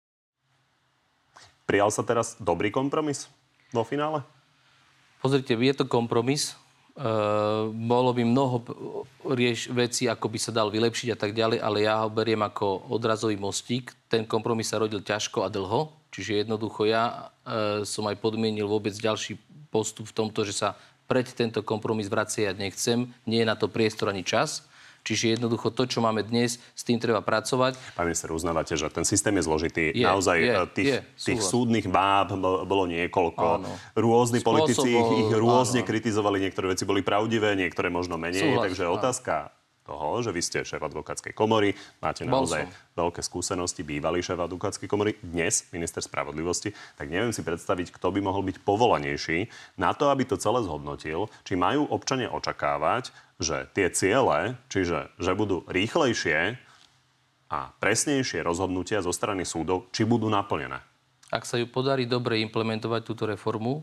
Prijal sa teraz dobrý kompromis vo finále? Pozrite, je to kompromis. Uh, bolo by mnoho rieš veci, ako by sa dal vylepšiť a tak ďalej, ale ja ho beriem ako odrazový mostík. Ten kompromis sa rodil ťažko a dlho, čiže jednoducho ja uh, som aj podmienil vôbec ďalší postup v tomto, že sa pred tento kompromis vraciať nechcem. Nie je na to priestor ani čas. Čiže jednoducho to, čo máme dnes, s tým treba pracovať. Pán minister, uznávate, že ten systém je zložitý. Je, Naozaj je, tých, je, tých súdnych báb bolo niekoľko. Áno. Rôzni Spôsob, politici ich, ich rôzne áno. kritizovali. Niektoré veci boli pravdivé, niektoré možno menej. Súhlas, Takže áno. otázka toho, že vy ste šéf advokátskej komory, máte naozaj veľké skúsenosti, bývalý šéf advokátskej komory, dnes minister spravodlivosti, tak neviem si predstaviť, kto by mohol byť povolanejší na to, aby to celé zhodnotil, či majú občania očakávať, že tie ciele, čiže že budú rýchlejšie a presnejšie rozhodnutia zo strany súdov, či budú naplnené? Ak sa ju podarí dobre implementovať túto reformu,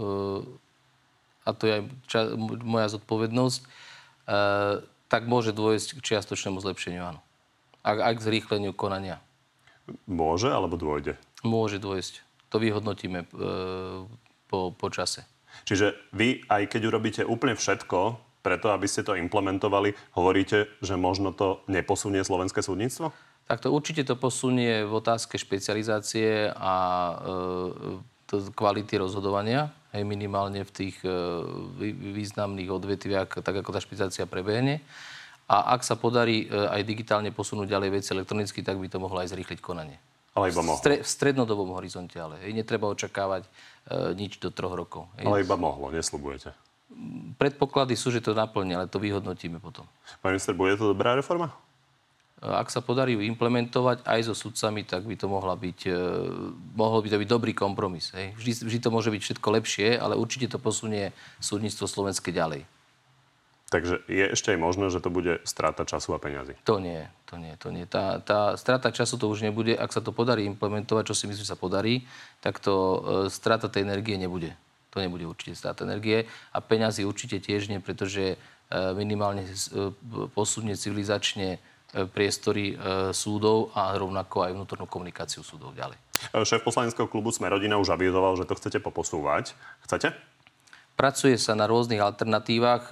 a to je aj ča- moja zodpovednosť, tak môže dôjsť k čiastočnému zlepšeniu, áno. A k zrýchleniu konania. Môže alebo dôjde? Môže dôjsť. To vyhodnotíme e, po, po čase. Čiže vy, aj keď urobíte úplne všetko preto, aby ste to implementovali, hovoríte, že možno to neposunie slovenské súdnictvo? Tak to určite to posunie v otázke špecializácie a e, to kvality rozhodovania, aj minimálne v tých e, významných odvetviach, tak ako tá špecializácia prebehne. A ak sa podarí aj digitálne posunúť ďalej veci elektronicky, tak by to mohlo aj zrýchliť konanie. Ale iba mohlo. Stre- v strednodobom horizonte, ale hej, netreba očakávať e, nič do troch rokov. Hej. Ale iba mohlo, nesľubujete. Predpoklady sú, že to naplní, ale to vyhodnotíme potom. Pán minister, bude to dobrá reforma? Ak sa podarí ju implementovať aj so sudcami, tak by to mohla byť, e, mohol by to byť dobrý kompromis. Hej. Vždy, vždy to môže byť všetko lepšie, ale určite to posunie súdnictvo slovenské ďalej. Takže je ešte aj možné, že to bude strata času a peňazí? To nie, to nie, to nie. Tá, tá strata času to už nebude. Ak sa to podarí implementovať, čo si myslím, že sa podarí, tak to e, strata tej energie nebude. To nebude určite strata energie. A peňazí určite tiež nie, pretože e, minimálne e, posunie civilizačne e, priestory e, súdov a rovnako aj vnútornú komunikáciu súdov ďalej. Šéf poslaneckého klubu Sme rodina už avizoval, že to chcete poposúvať. Chcete? Pracuje sa na rôznych alternatívach.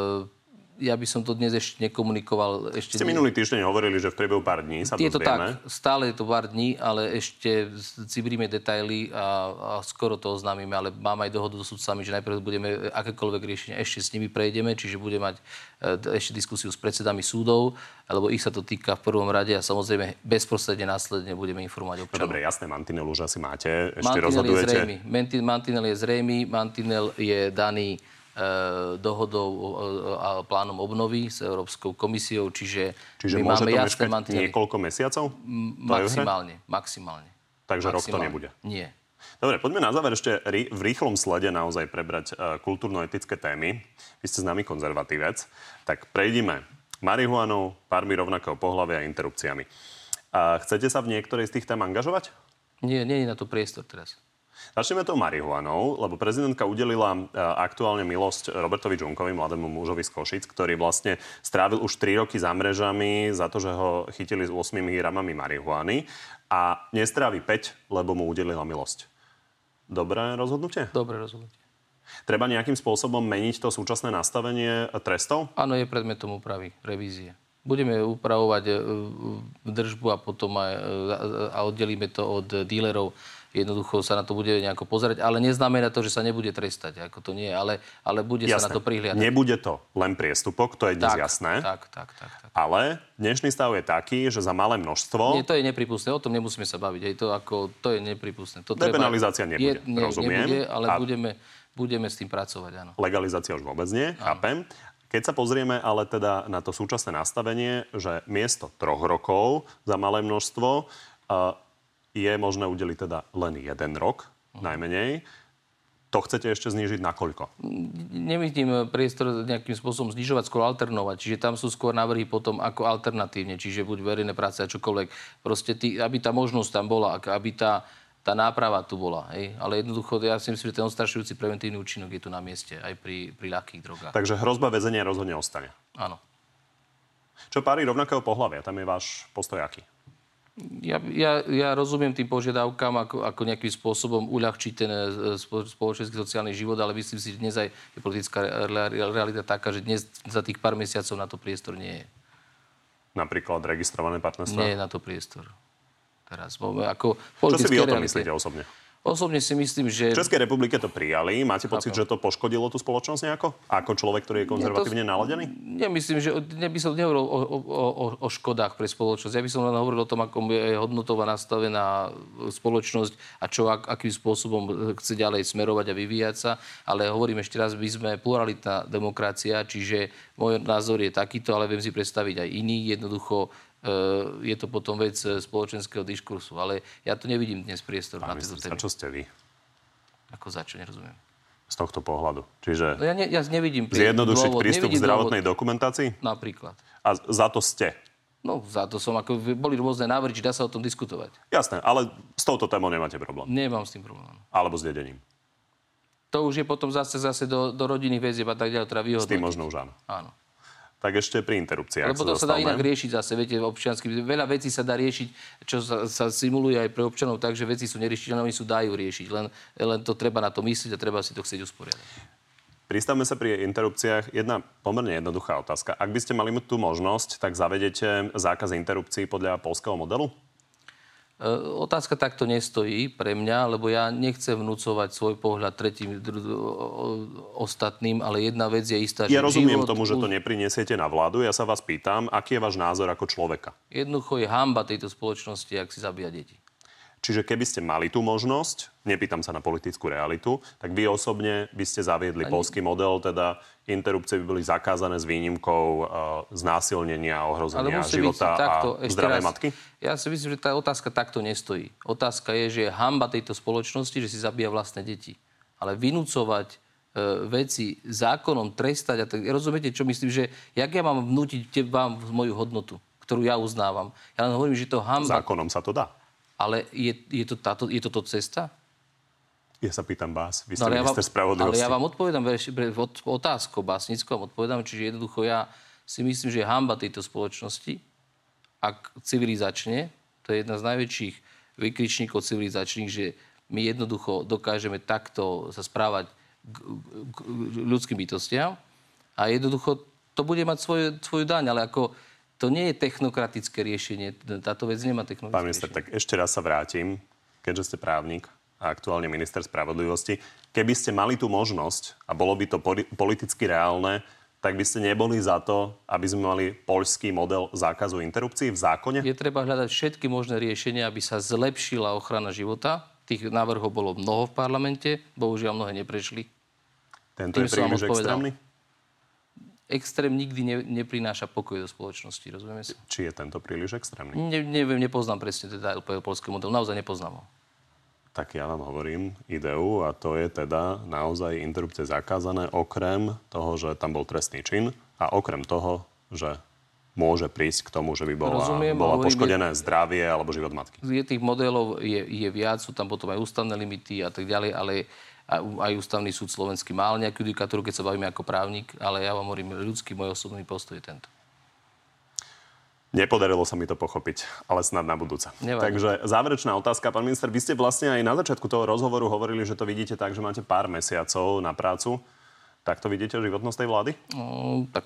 Ja by som to dnes ešte nekomunikoval. Ešte Ste minulý týždeň hovorili, že v priebehu pár dní sa je to dozvieme. tak, stále je to pár dní, ale ešte cibríme detaily a, a skoro to oznámime, ale mám aj dohodu so sudcami, že najprv budeme akékoľvek riešenia ešte s nimi prejdeme, čiže budeme mať ešte diskusiu s predsedami súdov, lebo ich sa to týka v prvom rade a samozrejme bezprostredne následne budeme informovať občanov. No dobre, jasné, mantinel už asi máte. Ešte mantinel rozhodujete. Je zrejmý. Mantinel je zrejmý, mantinel je daný dohodou a plánom obnovy s Európskou komisiou, čiže, čiže my môže máme to jasné mantinely. Niekoľko mesiacov? Maximálne, maximálne. Takže maximálne. Rok to nebude? Nie. Dobre, poďme na záver ešte v rýchlom slede naozaj prebrať kultúrno-etické témy. Vy ste známy konzervatívec, tak prejdime marihuanou, pármi rovnakého pohlavia a interrupciami. A chcete sa v niektorej z tých tém angažovať? Nie, nie je na to priestor teraz. Začneme tou marihuanou, lebo prezidentka udelila aktuálne milosť Robertovi Džunkovi, mladému mužovi z Košic, ktorý vlastne strávil už tri roky za mrežami za to, že ho chytili s ôsmimi gramami marihuany a nestrávi päť, lebo mu udelila milosť. Dobré rozhodnutie? Dobré rozhodnutie. Treba nejakým spôsobom meniť to súčasné nastavenie trestov? Áno, je predmetom úpravy, revízie. Budeme upravovať držbu a potom aj a oddelíme to od dílerov. Jednoducho sa na to bude nejako pozerať, ale neznamená to, že sa nebude trestať, ako to nie, ale, ale bude jasné. Sa na to prihliadať. Nebude to len priestupok, to je dnes tak, jasné. Tak, tak, tak, tak. Ale dnešný stav je taký, že za malé množstvo... Nie, to je nepripustné, o tom nemusíme sa baviť. Je to, ako, to je nepripustné. To Depenalizácia treba... nebude, je, nie, rozumiem. Nebude, ale a... budeme, budeme s tým pracovať, áno. Legalizácia už vôbec nie, áno. Chápem. Keď sa pozrieme ale teda na to súčasné nastavenie, že miesto troch rokov za malé množstvo uh, je možné udeliť teda len jeden rok, uh-huh. najmenej. To chcete ešte znížiť na koľko? Nevidím priestor nejakým spôsobom znižovať, skôr alternovať. Čiže tam sú skôr návrhy potom ako alternatívne. Čiže buď verejné práce a čokoľvek. Proste tý, aby tá možnosť tam bola, aby tá, tá náprava tu bola. Hej? Ale jednoducho, ja si myslím, že ten odstrašujúci preventívny účinok je tu na mieste, aj pri, pri ľahkých drogách. Takže hrozba väzenia rozhodne ostane. Áno. Čo páry rovnakého pohlavia? Tam je váš postoj aký? Ja, ja, ja rozumiem tým požiadavkám, ako, ako nejakým spôsobom uľahčiť ten spoločenský sociálny život, ale myslím si, že dnes aj je politická realita taká, že dnes za tých pár mesiacov na to priestor nie je. Napríklad registrované partnerstvo? Nie je na to priestor. Teraz, ako čo si vy o tom realite. myslíte osobne? Osobne si myslím, že... V Českej republike to prijali. Máte pocit, že to poškodilo tú spoločnosť nejako? Ako človek, ktorý je konzervatívne naladený? Nemyslím, že by som nehovoril o, o, o, o škodách pre spoločnosť. Ja by som len hovoril o tom, ako je hodnotová nastavená spoločnosť a čo, ak, akým spôsobom chce ďalej smerovať a vyvíjať sa. Ale hovorím ešte raz, my sme pluralitná demokracia, čiže môj názor je takýto, ale viem si predstaviť aj iný. Jednoducho je to potom vec spoločenského diskursu. Ale ja to nevidím dnes priestor Pán na tieto témy. A čo ste vy? Ako za čo? Nerozumiem. Z tohto pohľadu. Čiže no ja, ne, ja nevidím zjednodušiť dôvod, prístup k nevidím zdravotnej dôvod. dokumentácii? Napríklad. A za to ste? No, za to som, ako boli rôzne návrhy, či dá sa o tom diskutovať. Jasné, ale s touto témou nemáte problém. Nemám s tým problém. Alebo s dedením. To už je potom zase, zase do, do rodinných väzieb a tak ďalej, teda vyhodnotiť. S tým možno už áno. Áno. Tak ešte pri interrupciách. Lebo to sa dá inak riešiť zase, viete, občiansky. Veľa vecí sa dá riešiť, čo sa, sa simuluje aj pre občanov, takže veci sú neriešiteľné, oni sú dajú riešiť. Len, len to treba na to myslieť a treba si to chcieť usporiadať. Pristavme sa pri interrupciách. Jedna pomerne jednoduchá otázka. Ak by ste mali tú možnosť, tak zavedete zákaz interrupcií podľa poľského modelu? Otázka takto nestojí pre mňa, lebo ja nechcem vnúcovať svoj pohľad tretím ostatným, ale jedna vec je istá, že ja rozumiem život... tomu, že to neprinesiete na vládu. Ja sa vás pýtam, aký je váš názor ako človeka? Jednoducho je hanba tejto spoločnosti, ak si zabíja deti. Čiže keby ste mali tú možnosť, nepýtam sa na politickú realitu, tak vy osobne by ste zaviedli Ani... poľský model, teda interrupcie by boli zakázané s výnimkou uh, znásilnenia, ohrozenia života takto, a zdravia matky? Ja si myslím, že tá otázka takto nestojí. Otázka je, že je hanba tejto spoločnosti, že si zabíja vlastné deti. Ale vynúcovať uh, veci zákonom, trestať, a tak, rozumiete, čo myslím, že jak ja mám vnútiť vám moju hodnotu, ktorú ja uznávam. Ja len hovorím, že to hanba... Zákonom sa to dá. Ale je, je, to táto, je toto cesta? Ja sa pýtam vás. Vy ste no, minister ja spravodlivosti. Ale ja vám odpovedám otázkou básnickou, vám odpovedám, čiže jednoducho ja si myslím, že je hanba tejto spoločnosti, ak civilizačne, to je jedna z najväčších vykričníkov civilizačných, že my jednoducho dokážeme takto sa správať k, k ľudským bytostiam a jednoducho to bude mať svoju, svoju daň, ale ako to nie je technokratické riešenie. Táto vec nemá technokratické Pán minister, riešenie. Tak ešte raz sa vrátim, keďže ste právnik a aktuálne minister spravodlivosti. Keby ste mali tú možnosť a bolo by to politicky reálne, tak by ste neboli za to, aby sme mali poľský model zákazu interrupcií v zákone? Je treba hľadať všetky možné riešenia, aby sa zlepšila ochrana života. Tých návrhov bolo mnoho v parlamente, bohužiaľ mnohé neprešli. Tento Tým je príliš extrémny? Extrém nikdy ne, neprináša pokoj do spoločnosti, rozumieme si? Či je tento príliš extrémny? Ne, neviem, nepoznám presne teda poľský model, naozaj nepoznám ho. Tak ja vám hovorím ideu a to je teda naozaj interrupcie zakázané okrem toho, že tam bol trestný čin a okrem toho, že môže prísť k tomu, že by bola, Rozumiem, bola poškodené je, zdravie alebo život matky. Je tých modelov je, je viac, sú tam potom aj ústavné limity a tak ďalej, ale aj ústavný súd slovenský mal nejakú judikatúru, keď sa bavíme ako právnik, ale ja vám hovorím, ľudský môj osobný postoj je tento. Nepodarilo sa mi to pochopiť, ale snad na budúce. Nevadí. Takže záverečná otázka. Pán minister, vy ste vlastne aj na začiatku toho rozhovoru hovorili, že to vidíte tak, že máte pár mesiacov na prácu. Tak to vidíte životnosť tej vlády? No, tak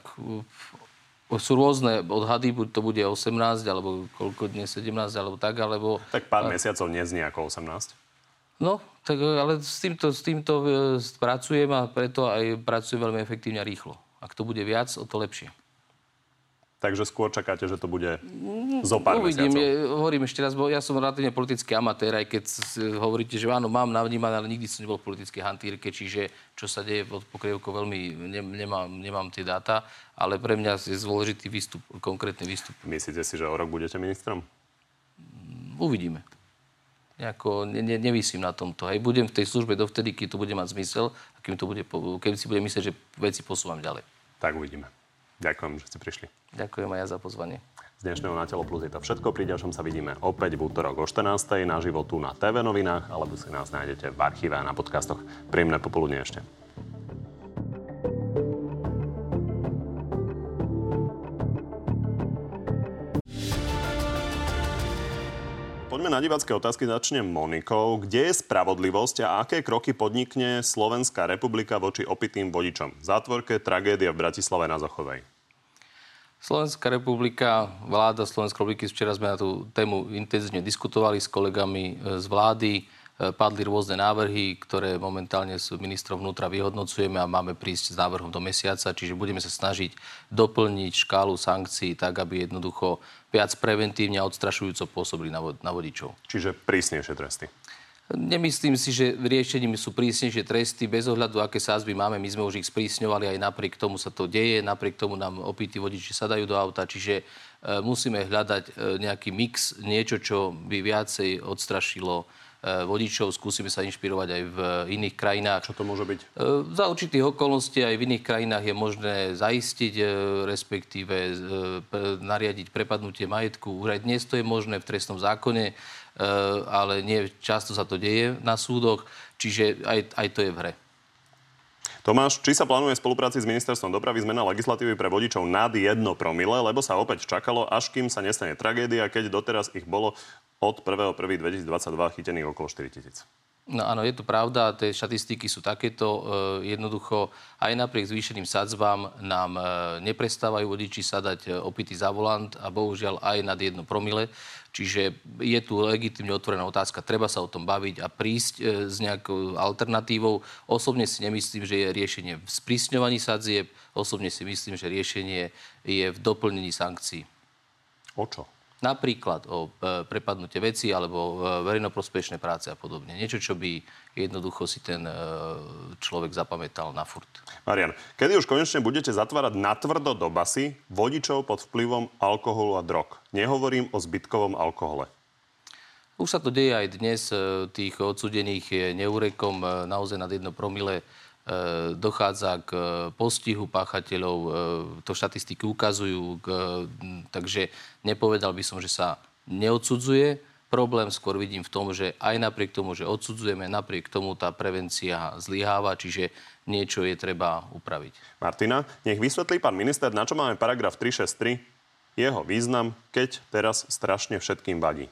sú rôzne odhady, buď to bude osemnásť, alebo koľko dnes, sedemnásť, alebo tak, alebo... Tak pár a... mesiacov neznie ako osemnásť. No, tak ale s týmto, s týmto pracujem a preto aj pracujem veľmi efektívne a rýchlo. Ak to bude viac, o to lepšie. Takže skôr čakáte, že to bude zo pár Uvidím, mesiacov? Uvidím, hovorím ešte raz, bo ja som relatívne politický amatér, aj keď hovoríte, že áno, mám navnímané, ale nikdy som nebol v politickej hantírke, čiže čo sa deje pod pokrievkou, veľmi ne, nemám, nemám tie dáta, ale pre mňa je dôležitý výstup, konkrétny výstup. Myslíte si, že o rok budete ministrom? Uvidíme. Nejako ne, ne, nevisím na tomto. Hej, budem v tej službe dovtedy, keď to bude mať zmysel a keď, to bude, keď si budem myslieť, že veci posúvam ďalej. Tak uvidíme. Ďakujem, že ste prišli. Ďakujem aj ja za pozvanie. Z dnešného Na telo plus je to všetko. Pri ďalšom sa vidíme opäť v útorok o štrnástej naživo tu na té vé novinách, alebo si nás nájdete v archíve a na podcastoch. Príjemné popoludne ešte. Poďme na divácké otázky, začnem Monikou. Kde je spravodlivosť a aké kroky podnikne Slovenská republika voči opitým vodičom? V zátvorke tragédia v Bratislave na Zochovej. Slovenská republika, vláda Slovenskej republiky, včera sme na tú tému intenzívne diskutovali s kolegami z vlády. Padli rôzne návrhy, ktoré momentálne s ministrom vnútra vyhodnocujeme a máme prísť s návrhom do mesiaca, čiže budeme sa snažiť doplniť škálu sankcií tak, aby jednoducho viac preventívne a odstrašujúco pôsobili na, vod- na vodičov. Čiže prísnejšie tresty? Nemyslím si, že riešením sú prísnejšie tresty bez ohľadu, aké sázby máme. My sme už ich sprísňovali, aj napriek tomu sa to deje, napriek tomu nám opití vodiči sadajú do auta, čiže e, musíme hľadať e, nejaký mix, niečo, čo by viacej odstrašilo vodičov. Skúsime sa inšpirovať aj v iných krajinách. Čo to môže byť? Za určitých okolností aj v iných krajinách je možné zaistiť, respektíve nariadiť prepadnutie majetku. Už aj dnes to je možné v trestnom zákone, ale nie často sa to deje na súdoch, čiže aj, aj to je v hre. Tomáš, či sa plánuje v spolupráci s ministerstvom dopravy zmena legislatívy pre vodičov nad jedno promile, lebo sa opäť čakalo, až kým sa nestane tragédia, keď doteraz ich bolo od prvého prvého dvetisícdvadsaťdva chytených okolo štyri tisíc. No áno, je to pravda, tie štatistiky sú takéto. E, jednoducho, aj napriek zvýšeným sadzbám nám e, neprestávajú vodiči sadať e, opitý za volant a bohužiaľ aj nad jedno promile. Čiže je tu legitímne otvorená otázka. Treba sa o tom baviť a prísť e, s nejakou alternatívou. Osobne si nemyslím, že je riešenie v sprísňovaní sadzieb. Osobne si myslím, že riešenie je v doplnení sankcií. O čo? Napríklad o e, prepadnutie veci alebo e, verejnoprospešné práce a podobne. Niečo, čo by jednoducho si ten e, človek zapamätal na furt. Marian, kedy už konečne budete zatvárať natvrdo do basy vodičov pod vplyvom alkoholu a drog? Nehovorím o zbytkovom alkohole. Už sa to deje aj dnes. E, tých odsúdených je neúrekom e, naozaj nad jedno promile. Dochádza k postihu páchateľov, to štatistiky ukazujú, takže nepovedal by som, že sa neodsudzuje. Problém skôr vidím v tom, že aj napriek tomu, že odsudzujeme, napriek tomu tá prevencia zlyháva, čiže niečo je treba upraviť. Martina, nech vysvetlí pán minister, na čo máme paragraf tri šesť tri, jeho význam, keď teraz strašne všetkým vadí.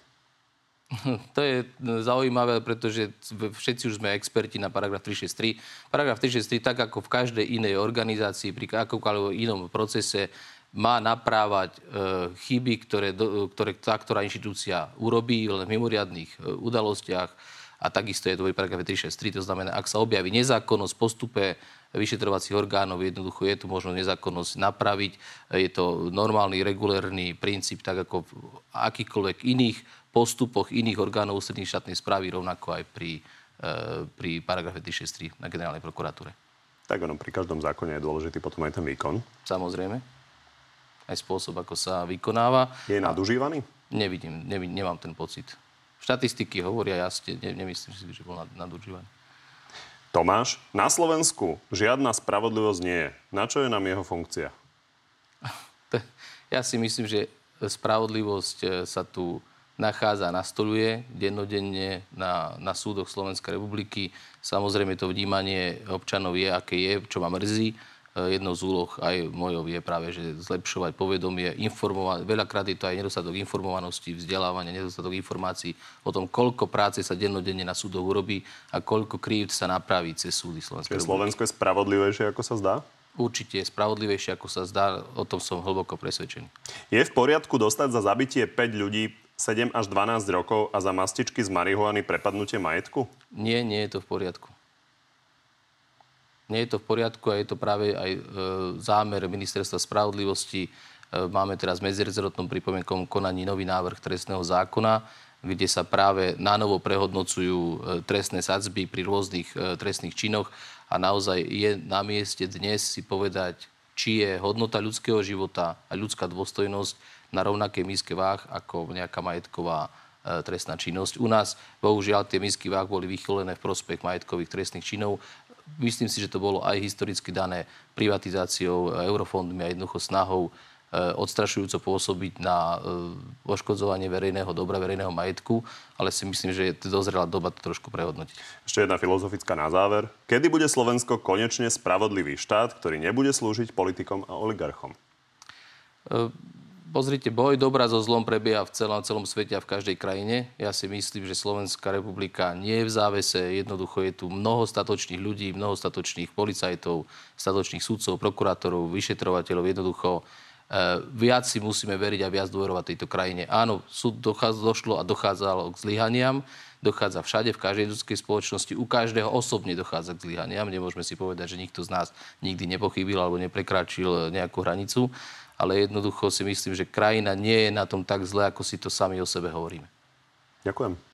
To je zaujímavé, pretože všetci už sme experti na paragraf tri šesť tri. Paragraf tri šesť tri, tak ako v každej inej organizácii, pri akomkoľvek inom procese, má naprávať e, chyby, ktoré, do, ktoré tá, ktorá inštitúcia urobí len v mimoriadnych e, udalostiach. A takisto je to v paragrafe tri šesť tri. To znamená, ak sa objaví nezákonnosť v postupe vyšetrovacích orgánov, jednoducho je tu možnosť nezákonnosť napraviť. Je to normálny, regulérny princíp, tak ako v akýchkoľvek iných postupoch iných orgánov ústrednej štátnej správy, rovnako aj pri, e, pri paragrafe tri šesť tri na generálnej prokuratúre. Tak ono, pri každom zákone je dôležitý potom aj ten výkon. Samozrejme. Aj spôsob, ako sa vykonáva. Je nadužívaný? Nevidím, nevidím, nemám ten pocit. Štatistiky hovoria jasne, ne, nemyslím si, že bol nadužívaný. Tomáš, na Slovensku žiadna spravodlivosť nie je. Na čo je nám jeho funkcia? Ja si myslím, že spravodlivosť sa tu nachádza, nastoluje dennodenne na, na súdoch Slovenskej republiky. Samozrejme to vnímanie občanov je, aké je, čo ma mrzí. Jednou z úloh aj mojou je práve, že zlepšovať povedomie, informovať. Veľakrát je to aj nedostatok informovanosti, vzdelávania, nedostatok informácií o tom, koľko práce sa dennodenne na súdoch urobí a koľko krívd sa napraví cez súdy Slovenskej republiky. Slovensko je spravodlivejšie, ako sa zdá? Určite je spravodlivejšie, ako sa zdá. O tom som hlboko presvedčený. Je v poriadku dostať za zabitie päť ľudí sedem až dvanásť rokov a za mastičky z marihuany prepadnutie majetku? Nie, nie je to v poriadku. Nie je to v poriadku a je to práve aj e, zámer Ministerstva spravodlivosti. E, máme teraz v medzirezortnom pripomienkovom konaní nový návrh trestného zákona, kde sa práve nanovo prehodnocujú e, trestné sadzby pri rôznych e, trestných činoch a naozaj je na mieste dnes si povedať, či je hodnota ľudského života a ľudská dôstojnosť na rovnakej míske váh ako nejaká majetková e, trestná činnosť. U nás, bohužiaľ, tie mísky váh boli vychylené v prospech majetkových trestných činov. Myslím si, že to bolo aj historicky dané privatizáciou, eurofondmi a jednoducho snahou e, odstrašujúco pôsobiť na e, poškodzovanie verejného dobra, verejného majetku, ale si myslím, že je dozrela doba to trošku prehodnotiť. Ešte jedna filozofická na záver. Kedy bude Slovensko konečne spravodlivý štát, ktorý nebude slúžiť politikom a oligarchom? E, Pozrite, boj dobra so zlom prebieha v celom, celom svete a v každej krajine. Ja si myslím, že Slovenská republika nie je v závese. Jednoducho je tu mnoho statočných ľudí, mnoho statočných policajtov, statočných sudcov, prokurátorov, vyšetrovateľov. Jednoducho e, viac si musíme veriť a viac dôverovať tejto krajine. Áno, súd došlo a dochádzalo k zlyhaniam. Dochádza všade, v každej ľudskej spoločnosti. U každého osobne dochádza k zlyhaniam. Nemôžeme si povedať, že nikto z nás nikdy nepochybil alebo neprekráčil nejakú hranicu. Ale jednoducho si myslím, že krajina nie je na tom tak zle, ako si to sami o sebe hovoríme. Ďakujem.